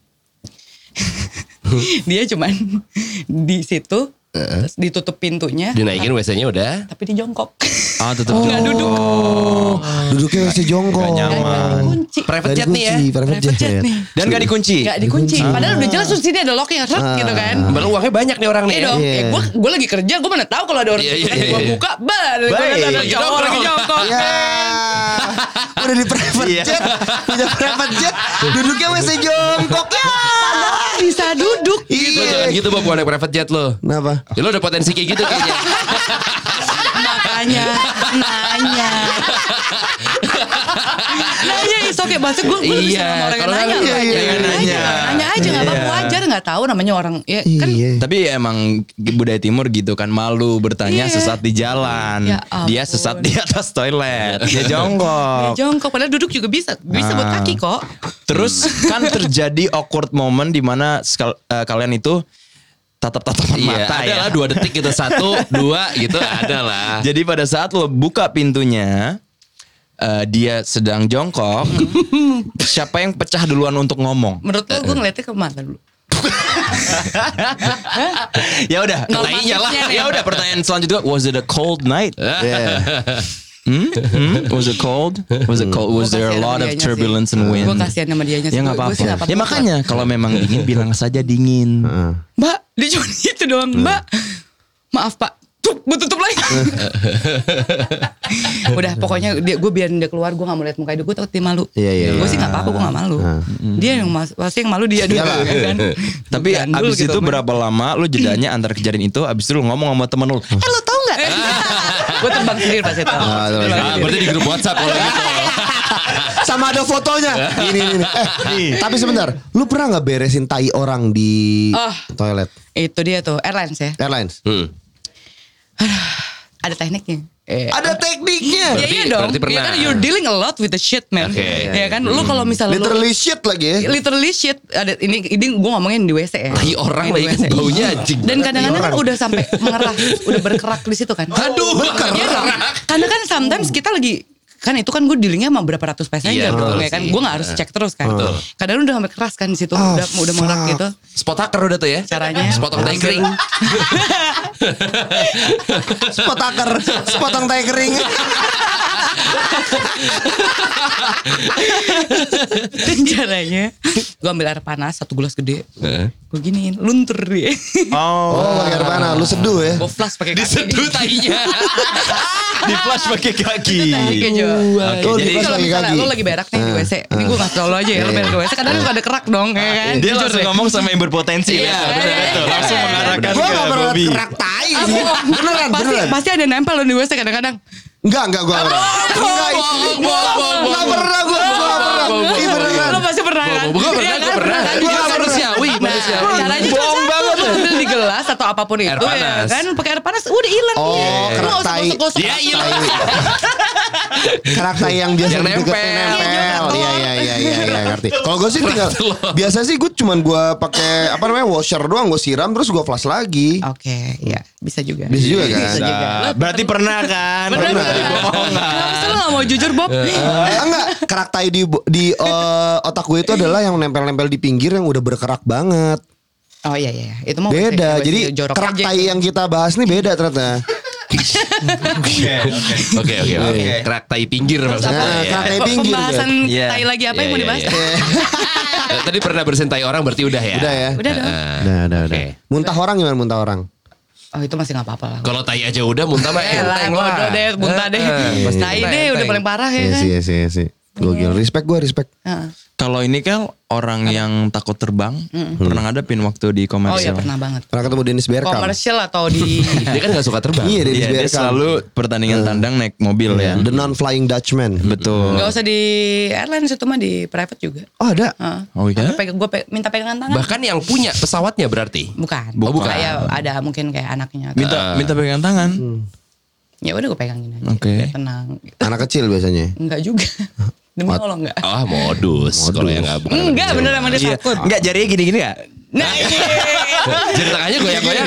Dia cuman di situ. Terus ditutup pintunya. Dinaikin W C-nya udah. Tapi di jongkok. Ah, tetap Nggak duduk. Duduknya masih jongkok. Gak nyaman. Nggak dikunci. Private Nggak jet nih ya. dikunci, Private Private jet jet. nih. Dan gak dikunci. Gak dikunci. Padahal udah jelas terus sini ada locknya, seret gitu kan. Baru uangnya banyak nih orang nih. Iya ya. dong. Iya. Ya, gue gue lagi kerja, gue mana tahu kalau ada orang Iya, iya, kan iya, gue iya. buka, bah, ada gue Baik. ada Lagi cowok nongkrong. lagi jongkok. Ya. Udah di private Iya. jet. Punya private jet. Duduknya W C jongkok. Ya. Bisa duduk. Lo jangan Iya. gitu Bob, naik private jet lo. Kenapa? Ya, lo ada potensi kayak gitu kayaknya. Makanya nanya. Nanya so kayak bahasa gue gue lebih Iya, sama orang yang kalau nanya. nanya, Nanya, iya, nanya, nanya. nanya aja nggak apa-apa, wajar nggak tahu namanya orang ya kan. Iya. Tapi emang budaya timur gitu kan, malu bertanya Iya. sesat di jalan. Ya ampun. Dia sesat di atas toilet. Dia Dia jongkok. jongkok padahal duduk juga bisa, bisa buat Ah. kaki kok. Terus kan terjadi awkward moment di mana sekal- eh, kalian itu tatap-tatapan Iya, mata ada ya. lah dua detik gitu, satu, dua gitu ada lah. Jadi pada saat lo buka pintunya, eh, dia sedang jongkok. Siapa yang pecah duluan untuk ngomong? Menurut lo gue ngeliatnya ke mata dulu. Ya udah, Nol tanya lah. maksudnya nih. Ya udah, pertanyaan selanjutnya, was it a cold night? Iya. Hmm? Hmm? Was it cold? Was it cold? Was Gua there a kasihan lot sama of dianya turbulence sih. and wind? Gue kasihan sama dianya sih. Ya nggak Gua- gua sih apa-apa. nggak Ya makanya kalau memang dingin bilang saja dingin. Mbak, dia cuma gitu doang. Mbak, maaf Pak. Tuh, gue tutup lagi. Udah, pokoknya dia, gue biarin dia keluar. Gue gak mau lihat muka dia. Gue takut dia malu. Iya, iya, Gue iya. sih gak apa-apa, gue gak malu. Dia yang mas, pasti yang malu dia dulu. Iyalah. ya kan? Tapi Gandul abis gitu, itu men. berapa lama lu jedanya antar kejadian itu, abis itu lu ngomong sama temen lu, Eh lo tau gak? Gue terbang sendiri pas itu. Ah, terbang Terbang Ah, sendiri. berarti di grup WhatsApp kalau gitu. Sama ada fotonya. Ini ini. ini. Eh, tapi sebentar, lu pernah nggak beresin tai orang di Oh. toilet Itu dia tuh, airlines ya. airlines? Hmm. Ada tekniknya. Eh, Ada tekniknya. Ya iya dong. berarti pernah. Ya kan you're dealing a lot with the shit man. Oke. Ya kan lu kalau misalnya lu- Literally shit lagi ya. literally shit ada ini ini gue ngomongin di W C ya. Tai orang Di lagi W C. kan baunya anjing. Dan kadang-kadang kan udah sampai mengeras, udah berkerak di situ kan. Aduh, Iya dong. Karena kan sometimes kita lagi kan itu kan gue dealingnya sama berapa ratus passenger Iya, gitu betul ya kan. sih. Gue nggak harus cek terus kan. Kadang udah sampai keras kan di situ Ah, udah udah mengerak fuck. gitu. Spot hacker udah tuh ya. Caranya. Sepotong tai kering. Spot taker, sepotong tai kering. Dan caranya gue ambil air panas satu gelas gede. Gue giniin luntur dia. Oh, pakai air panas, lu seduh ya. Gue flash pakai kaki. Diseduh tainya. di flash pakai kaki. Tai keju. Oh, Jadi di flash kalau pakai misalnya kaki. lo lagi berak nih di W C, ini gue ngasih tau lo aja ya, lo berak di W C, kadang ada kerak dong, ya kan? Dia Jujur langsung deh. ngomong sama yang berpotensi. Iya, betul, bener, betul. bener. Langsung mengarahkan Gua ke gak pernah Bobby. kerak tai sih. Beneran, pasti, beneran. pasti ada nempel lo di W C kadang-kadang. Enggak, enggak gua. Enggak, enggak pernah gua. Gua gak pernah. Ih, beneran. Lo pasti pernah kan? Gue pernah, Iya gue kan? pernah. kan? Gue Iya kan? manusiawi, Nah, manusiawi. caranya cuma satu, lo ambil di gelas atau apapun itu Air ya panas. kan, pakai air panas udah hilang. Oh, dia. Lo kerak nggak usah tai. gosok-gosok. Dia hilang. Kerak tai yang biasa Yang di deketnya nempel. nempel. Iya, Iya, iya, iya, iya, iya, ngerti. Kalau gue sih tinggal biasa sih gue cuman gue pakai apa namanya washer doang, gue siram terus gue flash lagi. Oke, ya bisa juga. Bisa juga kan? Bisa juga. Nah, berarti pernah kan? Bener, Pernah. bener. Kenapa sih lo gak mau jujur Bob? Eh, enggak, kerak tai di di eh, otak gue itu adalah yang nempel-nempel di pinggir yang udah berkerak banget. Oh iya iya, itu mau Beda. W C, Jadi W C jorok kerak aja. tai yang kita bahas nih beda ternyata. Oke, oke, oke. Kerak tai pinggir maksudnya. Nah, ya. kerak tai pinggir. Pembahasan Iya. tai lagi apa yang mau Iya, dibahas? iya, iya. Tadi pernah bersihin tai orang berarti udah ya? Udah ya. Udah dong. Udah, udah, udah. Oke. Muntah orang gimana muntah orang? Oh itu masih gak apa-apa lah. Kalau tai aja udah muntah mah Eh lah, enteng bodoh lah. deh, muntah deh. Pasti Tai muntah, deh udah enteng. paling parah ya Iya kan. sih, iya sih, iya sih. Gokil. Respect gue, respect. Heeh. Kalau ini kan orang yang takut terbang, pernah ngadepin waktu di Oh iya komersial. pernah banget. Pernah ketemu Dennis Bergkamp. Komersial atau di Dia kan gak suka terbang. Iya, Dennis Iya, dia Bergkamp. selalu pertandingan tandang naik mobil ya. The non-flying Dutchman. Betul. Gak usah di airlines itu mah di private juga. Oh ada. Heeh. Oh iya? Sampai gue minta pegangan tangan. Bahkan yang punya pesawatnya berarti. Bukan. Oh, bukan. Kayak ada mungkin kayak anaknya. atau- Minta minta pegangan tangan. Ya udah gue pegangin aja. Oke. Biar tenang. Anak kecil biasanya. Enggak juga. Demi Allah enggak. Ah modus. Kalau yang gak bukan. Enggak bener emang dia takut. Enggak, jarinya gini-gini gak? Nah ini. Jadi tangannya goyang-goyang.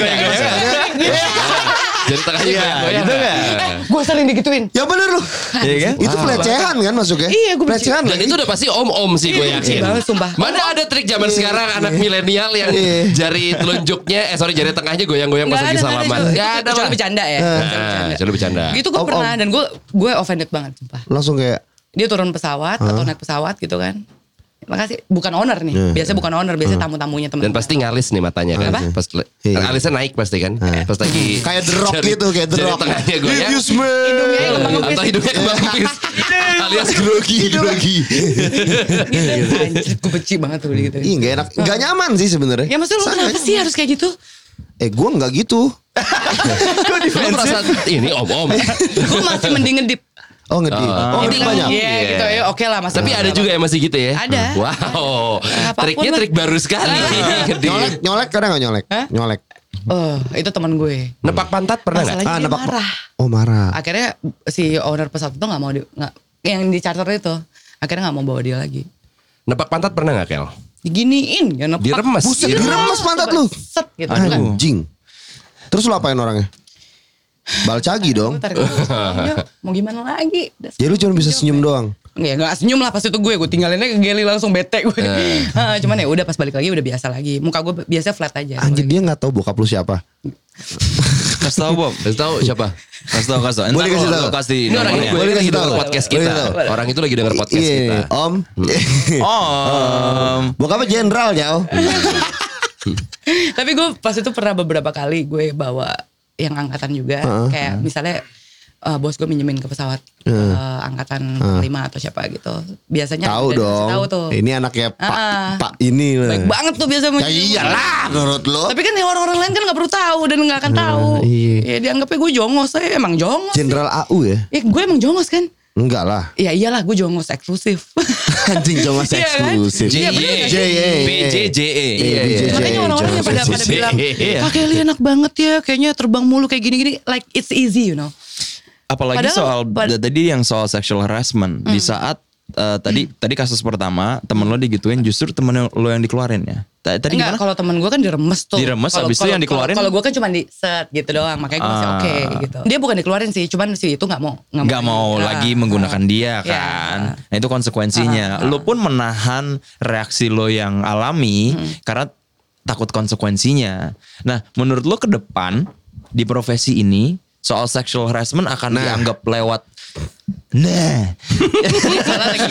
Jadi tangannya goyang-goyang. gitu nggak? Gue sering digituin. Ya bener loh. Iya kan? Itu pelecehan kan masuknya? Iya, gue benci. pelecehan. Dan itu udah pasti om-om sih gue Iya, benci yakin. banget, sumpah. Mana ada trik zaman sekarang anak milenial yang Iya. jari telunjuknya, eh sorry jari tengahnya goyang-goyang pas Enggak lagi ada, salaman. enggak Gak ada. ada Kecuali lah. bercanda ya. Nah, coba bercanda. Gitu gue Om, pernah om. dan gue gue offended banget sumpah. Langsung kayak Dia turun pesawat atau naik pesawat gitu kan. Makasih, bukan owner nih. Iya. Biasanya bukan owner, biasanya tamu-tamunya teman. Dan pasti ngalis nih matanya kan. Apa? Pas Iya. alisnya naik pasti kan. Pas lagi kayak The Rock jari- gitu, kayak The jari Rock. tengahnya goyang. If you smell. Hidungnya yang kembang Atau kempis. hidungnya kembang kempis. Alias grogi, grogi. Gitu. Anjir, gue benci banget tuh gitu. Ih gak enak. Gak nyaman sih sebenarnya. Ya maksudnya lu Sangat. kenapa sih harus kayak gitu? Eh gue gak gitu. Lu merasa ini om-om. Gue masih mending ngedip. Oh ngedik. Oh, Oh, ngedik Gitu. banyak. Iya gitu ya oke lah mas. Tapi ada juga yang masih gitu ya? Ada. Wow. Apapun Triknya lah. trik baru sekali. Ngedit. Nyolek, nyolek kadang nggak nyolek? Hah? Nyolek. Oh itu teman gue. Nepak pantat pernah nggak? Masalahnya Ah, dia nebak- marah. Oh marah. Akhirnya si owner pesawat itu nggak mau di, gak, yang di charter itu akhirnya nggak mau bawa dia lagi. Nepak pantat pernah nggak Kel? Diginiin ya nepak. Diremes. Buset, Diremes. diremes pantat lu. Set gitu. Anjing. Terus lu apain orangnya? Balcagi dong. Gue tarik dulu. Ya, mau gimana lagi? Udah Jadi lu cuma bisa senyum doang. Ya gak senyum lah pas itu gue. Gue tinggalinnya ke Geli langsung bete gue. Ah, cuman ya udah pas balik lagi udah biasa lagi. Muka gue biasa flat aja. Anjir dia nggak tahu bokap lu siapa. Kasih tahu Bob. Kasih tahu siapa? Kasih tahu kasih tahu. Entar Boleh kasih lo- tahu. lo kasih Ini orang ini nomornya. gue Boleh lagi kasih denger tahu. podcast Boleh kita. tahu. Orang itu lagi denger podcast Iya, kita. Om. Oh. Bokapnya jenderal jauh. Tapi gue pas itu pernah beberapa kali gue bawa yang angkatan juga. Heeh. Kayak misalnya uh, bos gue minjemin ke pesawat Heeh. uh, angkatan lima atau siapa gitu. Biasanya Tahu udah dikasih dong. Tahu tuh. Ini anaknya Pak Ah. Pak ini lah. Baik banget tuh biasa Ya iyalah menurut lo. Tapi kan yang orang-orang lain kan gak perlu tahu dan gak akan tahu. iya. Ya dianggapnya gue jongos. Saya emang jongos. Jenderal A U ya? Ya gue emang jongos kan. Enggak lah. Ya iyalah gue jongos eksklusif. Anjing cuma Iya kan? eksklusif. Iya, bener. J E. B J J E. Iya, B J J. Makanya orang-orang yang pada, pada bilang Kak Kelly enak banget ya. Kayaknya terbang mulu kayak gini-gini. Like it's easy you know. Apalagi Padahal- soal pad- tadi yang soal sexual harassment di saat eh, tadi tadi kasus pertama temen lo digituin justru temen lo yang dikeluarin ya. Ta- Tadi Enggak, gimana? kalau temen gue kan diremes tuh. Diremes, Kalau- habis itu kalau- yang dikeluarin? Kalau gue kan cuma di set gitu doang, makanya gue masih Ah. oke gitu. Dia bukan dikeluarin sih, cuman si itu nggak mau Nggak mau Ah, lagi ah. menggunakan dia Ya. kan. Nah itu konsekuensinya. Lo pun menahan reaksi lo yang alami karena takut konsekuensinya. Nah menurut lo ke depan di profesi ini soal sexual harassment akan dianggap lewat. Nah, Ini salah lagi.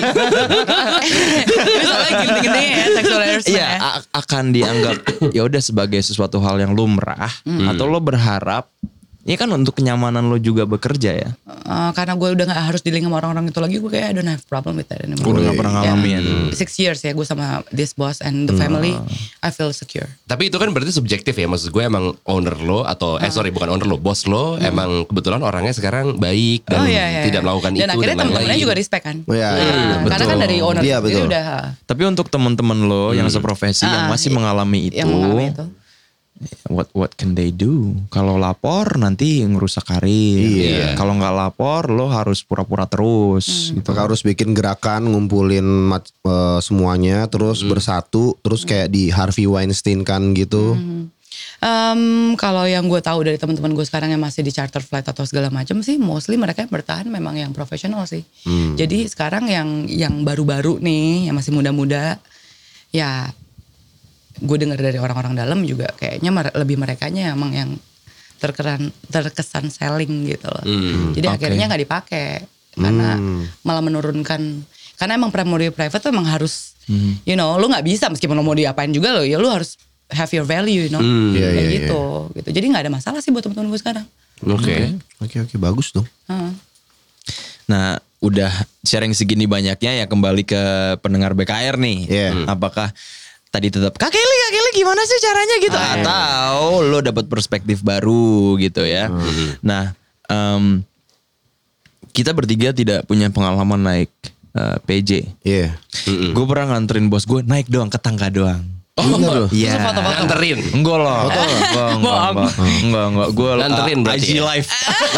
Ini salah lagi gede-gede ya sexual harassment iya ya. a- akan dianggap ya udah sebagai sesuatu hal yang lumrah atau lo berharap ya kan untuk kenyamanan lo juga bekerja ya. Uh, karena gue udah gak harus dealing sama orang-orang itu lagi, gue kayak I don't have problem with that anymore. Udah gak pernah ngalamin. Yeah. Six years ya gue sama this boss and the family, I feel secure. Tapi itu kan berarti subjektif ya. Maksud gue emang owner lo atau eh sorry bukan owner lo, bos lo emang kebetulan orangnya sekarang baik dan Oh iya, iya. tidak melakukan Dan itu akhirnya dan temen-temennya lain-lain. juga respect kan. Oh, iya, Nah, iya, karena betul. kan dari owner Iya, sendiri betul. udah Tapi untuk temen-temen lo yang seprofesi yang Ah, masih i- mengalami itu, yang mengalami itu. what what can they do? Kalau lapor nanti ngerusak karir. Iya. Kalau nggak lapor lo harus pura-pura terus gitu. Maka harus bikin gerakan ngumpulin mat- eh, semuanya terus bersatu terus kayak di Harvey Weinstein kan gitu. Em, kalau yang gue tahu dari teman-teman gue sekarang yang masih di charter flight atau segala macam sih, mostly mereka yang bertahan memang yang profesional sih. Jadi sekarang yang yang baru-baru nih, yang masih muda-muda, ya gue dengar dari orang-orang dalam juga kayaknya mer- lebih merekanya emang yang terkesan terkesan selling gitu loh. Jadi oke. akhirnya nggak dipakai karena malah menurunkan. Karena emang primary private tuh emang harus, you know, lu nggak bisa meskipun lu mau diapain juga lo, ya lu harus have your value, you know, Iya, kayak iya, gitu, gitu. Jadi nggak ada masalah sih buat teman-teman gue sekarang. Oke. Oke oke bagus dong. Heeh. Nah, udah sharing segini banyaknya ya kembali ke pendengar B K R nih. Iya. Hmm. Apakah tadi tetap Kak Kelly, Kak Kelly gimana sih caranya gitu? Ah, iya. Atau lo dapat perspektif baru gitu ya. Nah, em, kita bertiga tidak punya pengalaman naik eh, P J. Iya. Gue pernah nganterin bos gue naik doang ke tangga doang. Bener loh. Iya. Nganterin. Enggak lah. Enggak, enggak, enggak, enggak, enggak, enggak. Gue Nganterin berarti I G ya? live.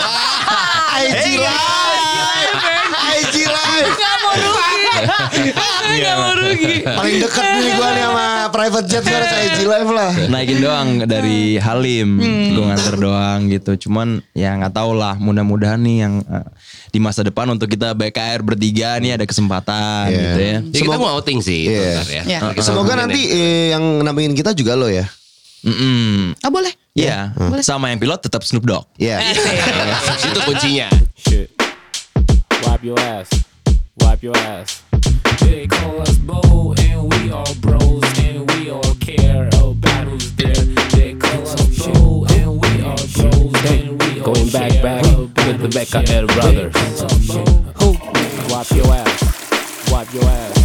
I G Live. I G Live. Gak mau rugi, gak mau rugi. Paling deket nih gue nih sama private jet sekarang I G Live lah. Naikin doang dari Halim, gue nganter doang gitu. Cuman ya nggak tahu lah. Mudah-mudahan nih yang eh, di masa depan untuk kita B K R bertiga nih ada kesempatan Iya. gitu ya. Ya kita mau outing sih. Iya. bentar ya. Iya. Kita Semoga outingin nanti ya. eh, yang nampingin kita juga lo ya. Mm-mm. Ah boleh. Iya, sama yang pilot tetap Snoop Dogg. Iya. Itu kuncinya. Shit. Wipe your ass. Wipe your ass. They call us Bo and we all bros and we all care about who's there. They call us Bo and we all bros and we all Going back, back with the Becca L brothers. Who? Wipe your ass. Wipe your ass.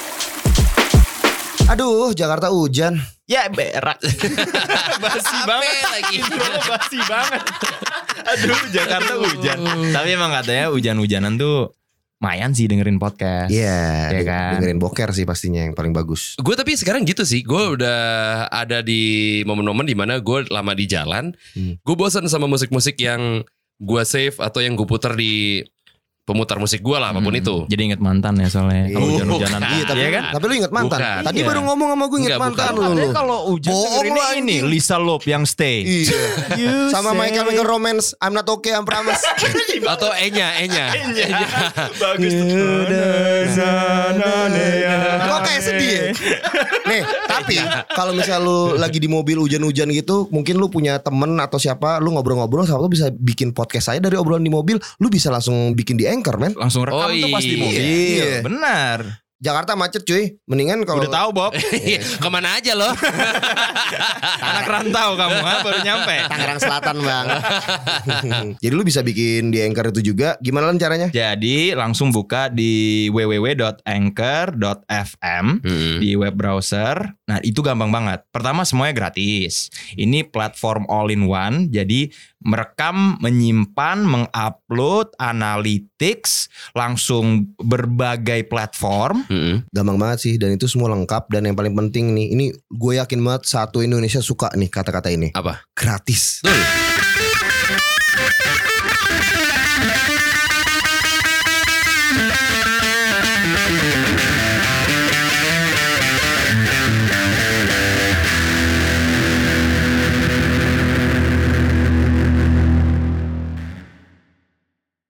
Aduh, Jakarta hujan. Ya berak. Basi banget lagi. Basi banget. Aduh, Jakarta hujan. Tapi emang katanya hujan-hujanan tuh lumayan sih dengerin podcast. Iya, Ya de- kan? dengerin boker sih pastinya yang paling bagus. Gue tapi sekarang gitu sih, gue udah ada di momen-momen dimana gue lama di jalan, Hmm. gue bosan sama musik-musik yang gue save atau yang gue puter di pemutar musik gue lah, apapun Hmm, itu. Jadi inget mantan ya soalnya. Kalau Iya. hujan-hujanan. Bukan. Iya, tapi, Iya kan? tapi lu inget mantan. Bukan. Tadi Iya. baru ngomong sama gue inget Enggak, mantan bukan. lu. lu. Kalau hujan Bohong dengerin lu, ini anjing. Lisa Loeb yang Stay. Iya. You Sama My say- Chemical Romance, I'm Not Okay, I'm Promise. Atau Enya, Enya. Bagus Kok kayak sedih ya? Nih, tapi kalau misal lu lagi di mobil hujan-hujan gitu, mungkin lu punya temen atau siapa, lu ngobrol-ngobrol sama lu bisa bikin podcast saya dari obrolan di mobil, lu bisa langsung bikin di Anchor, men. Langsung rekam Oh, tuh pas di iya. mobil. Iya. Benar. Jakarta macet cuy, mendingan kalau Udah tahu Bob. Kemana aja loh? Anak rantau kamu ha? Baru nyampe. Tangerang Selatan bang. Jadi lu bisa bikin di Anchor itu juga. Gimana lan caranya? Jadi langsung buka di w w w dot anchor dot f m di web browser. Nah itu gampang banget. Pertama semuanya gratis. Ini platform all in one. Jadi merekam, menyimpan, mengupload, analytics, langsung berbagai platform. Mm-mm. Gampang banget sih, dan itu semua lengkap. Dan yang paling penting nih, ini gue yakin banget satu Indonesia suka nih kata-kata ini. Apa? Gratis. Betul.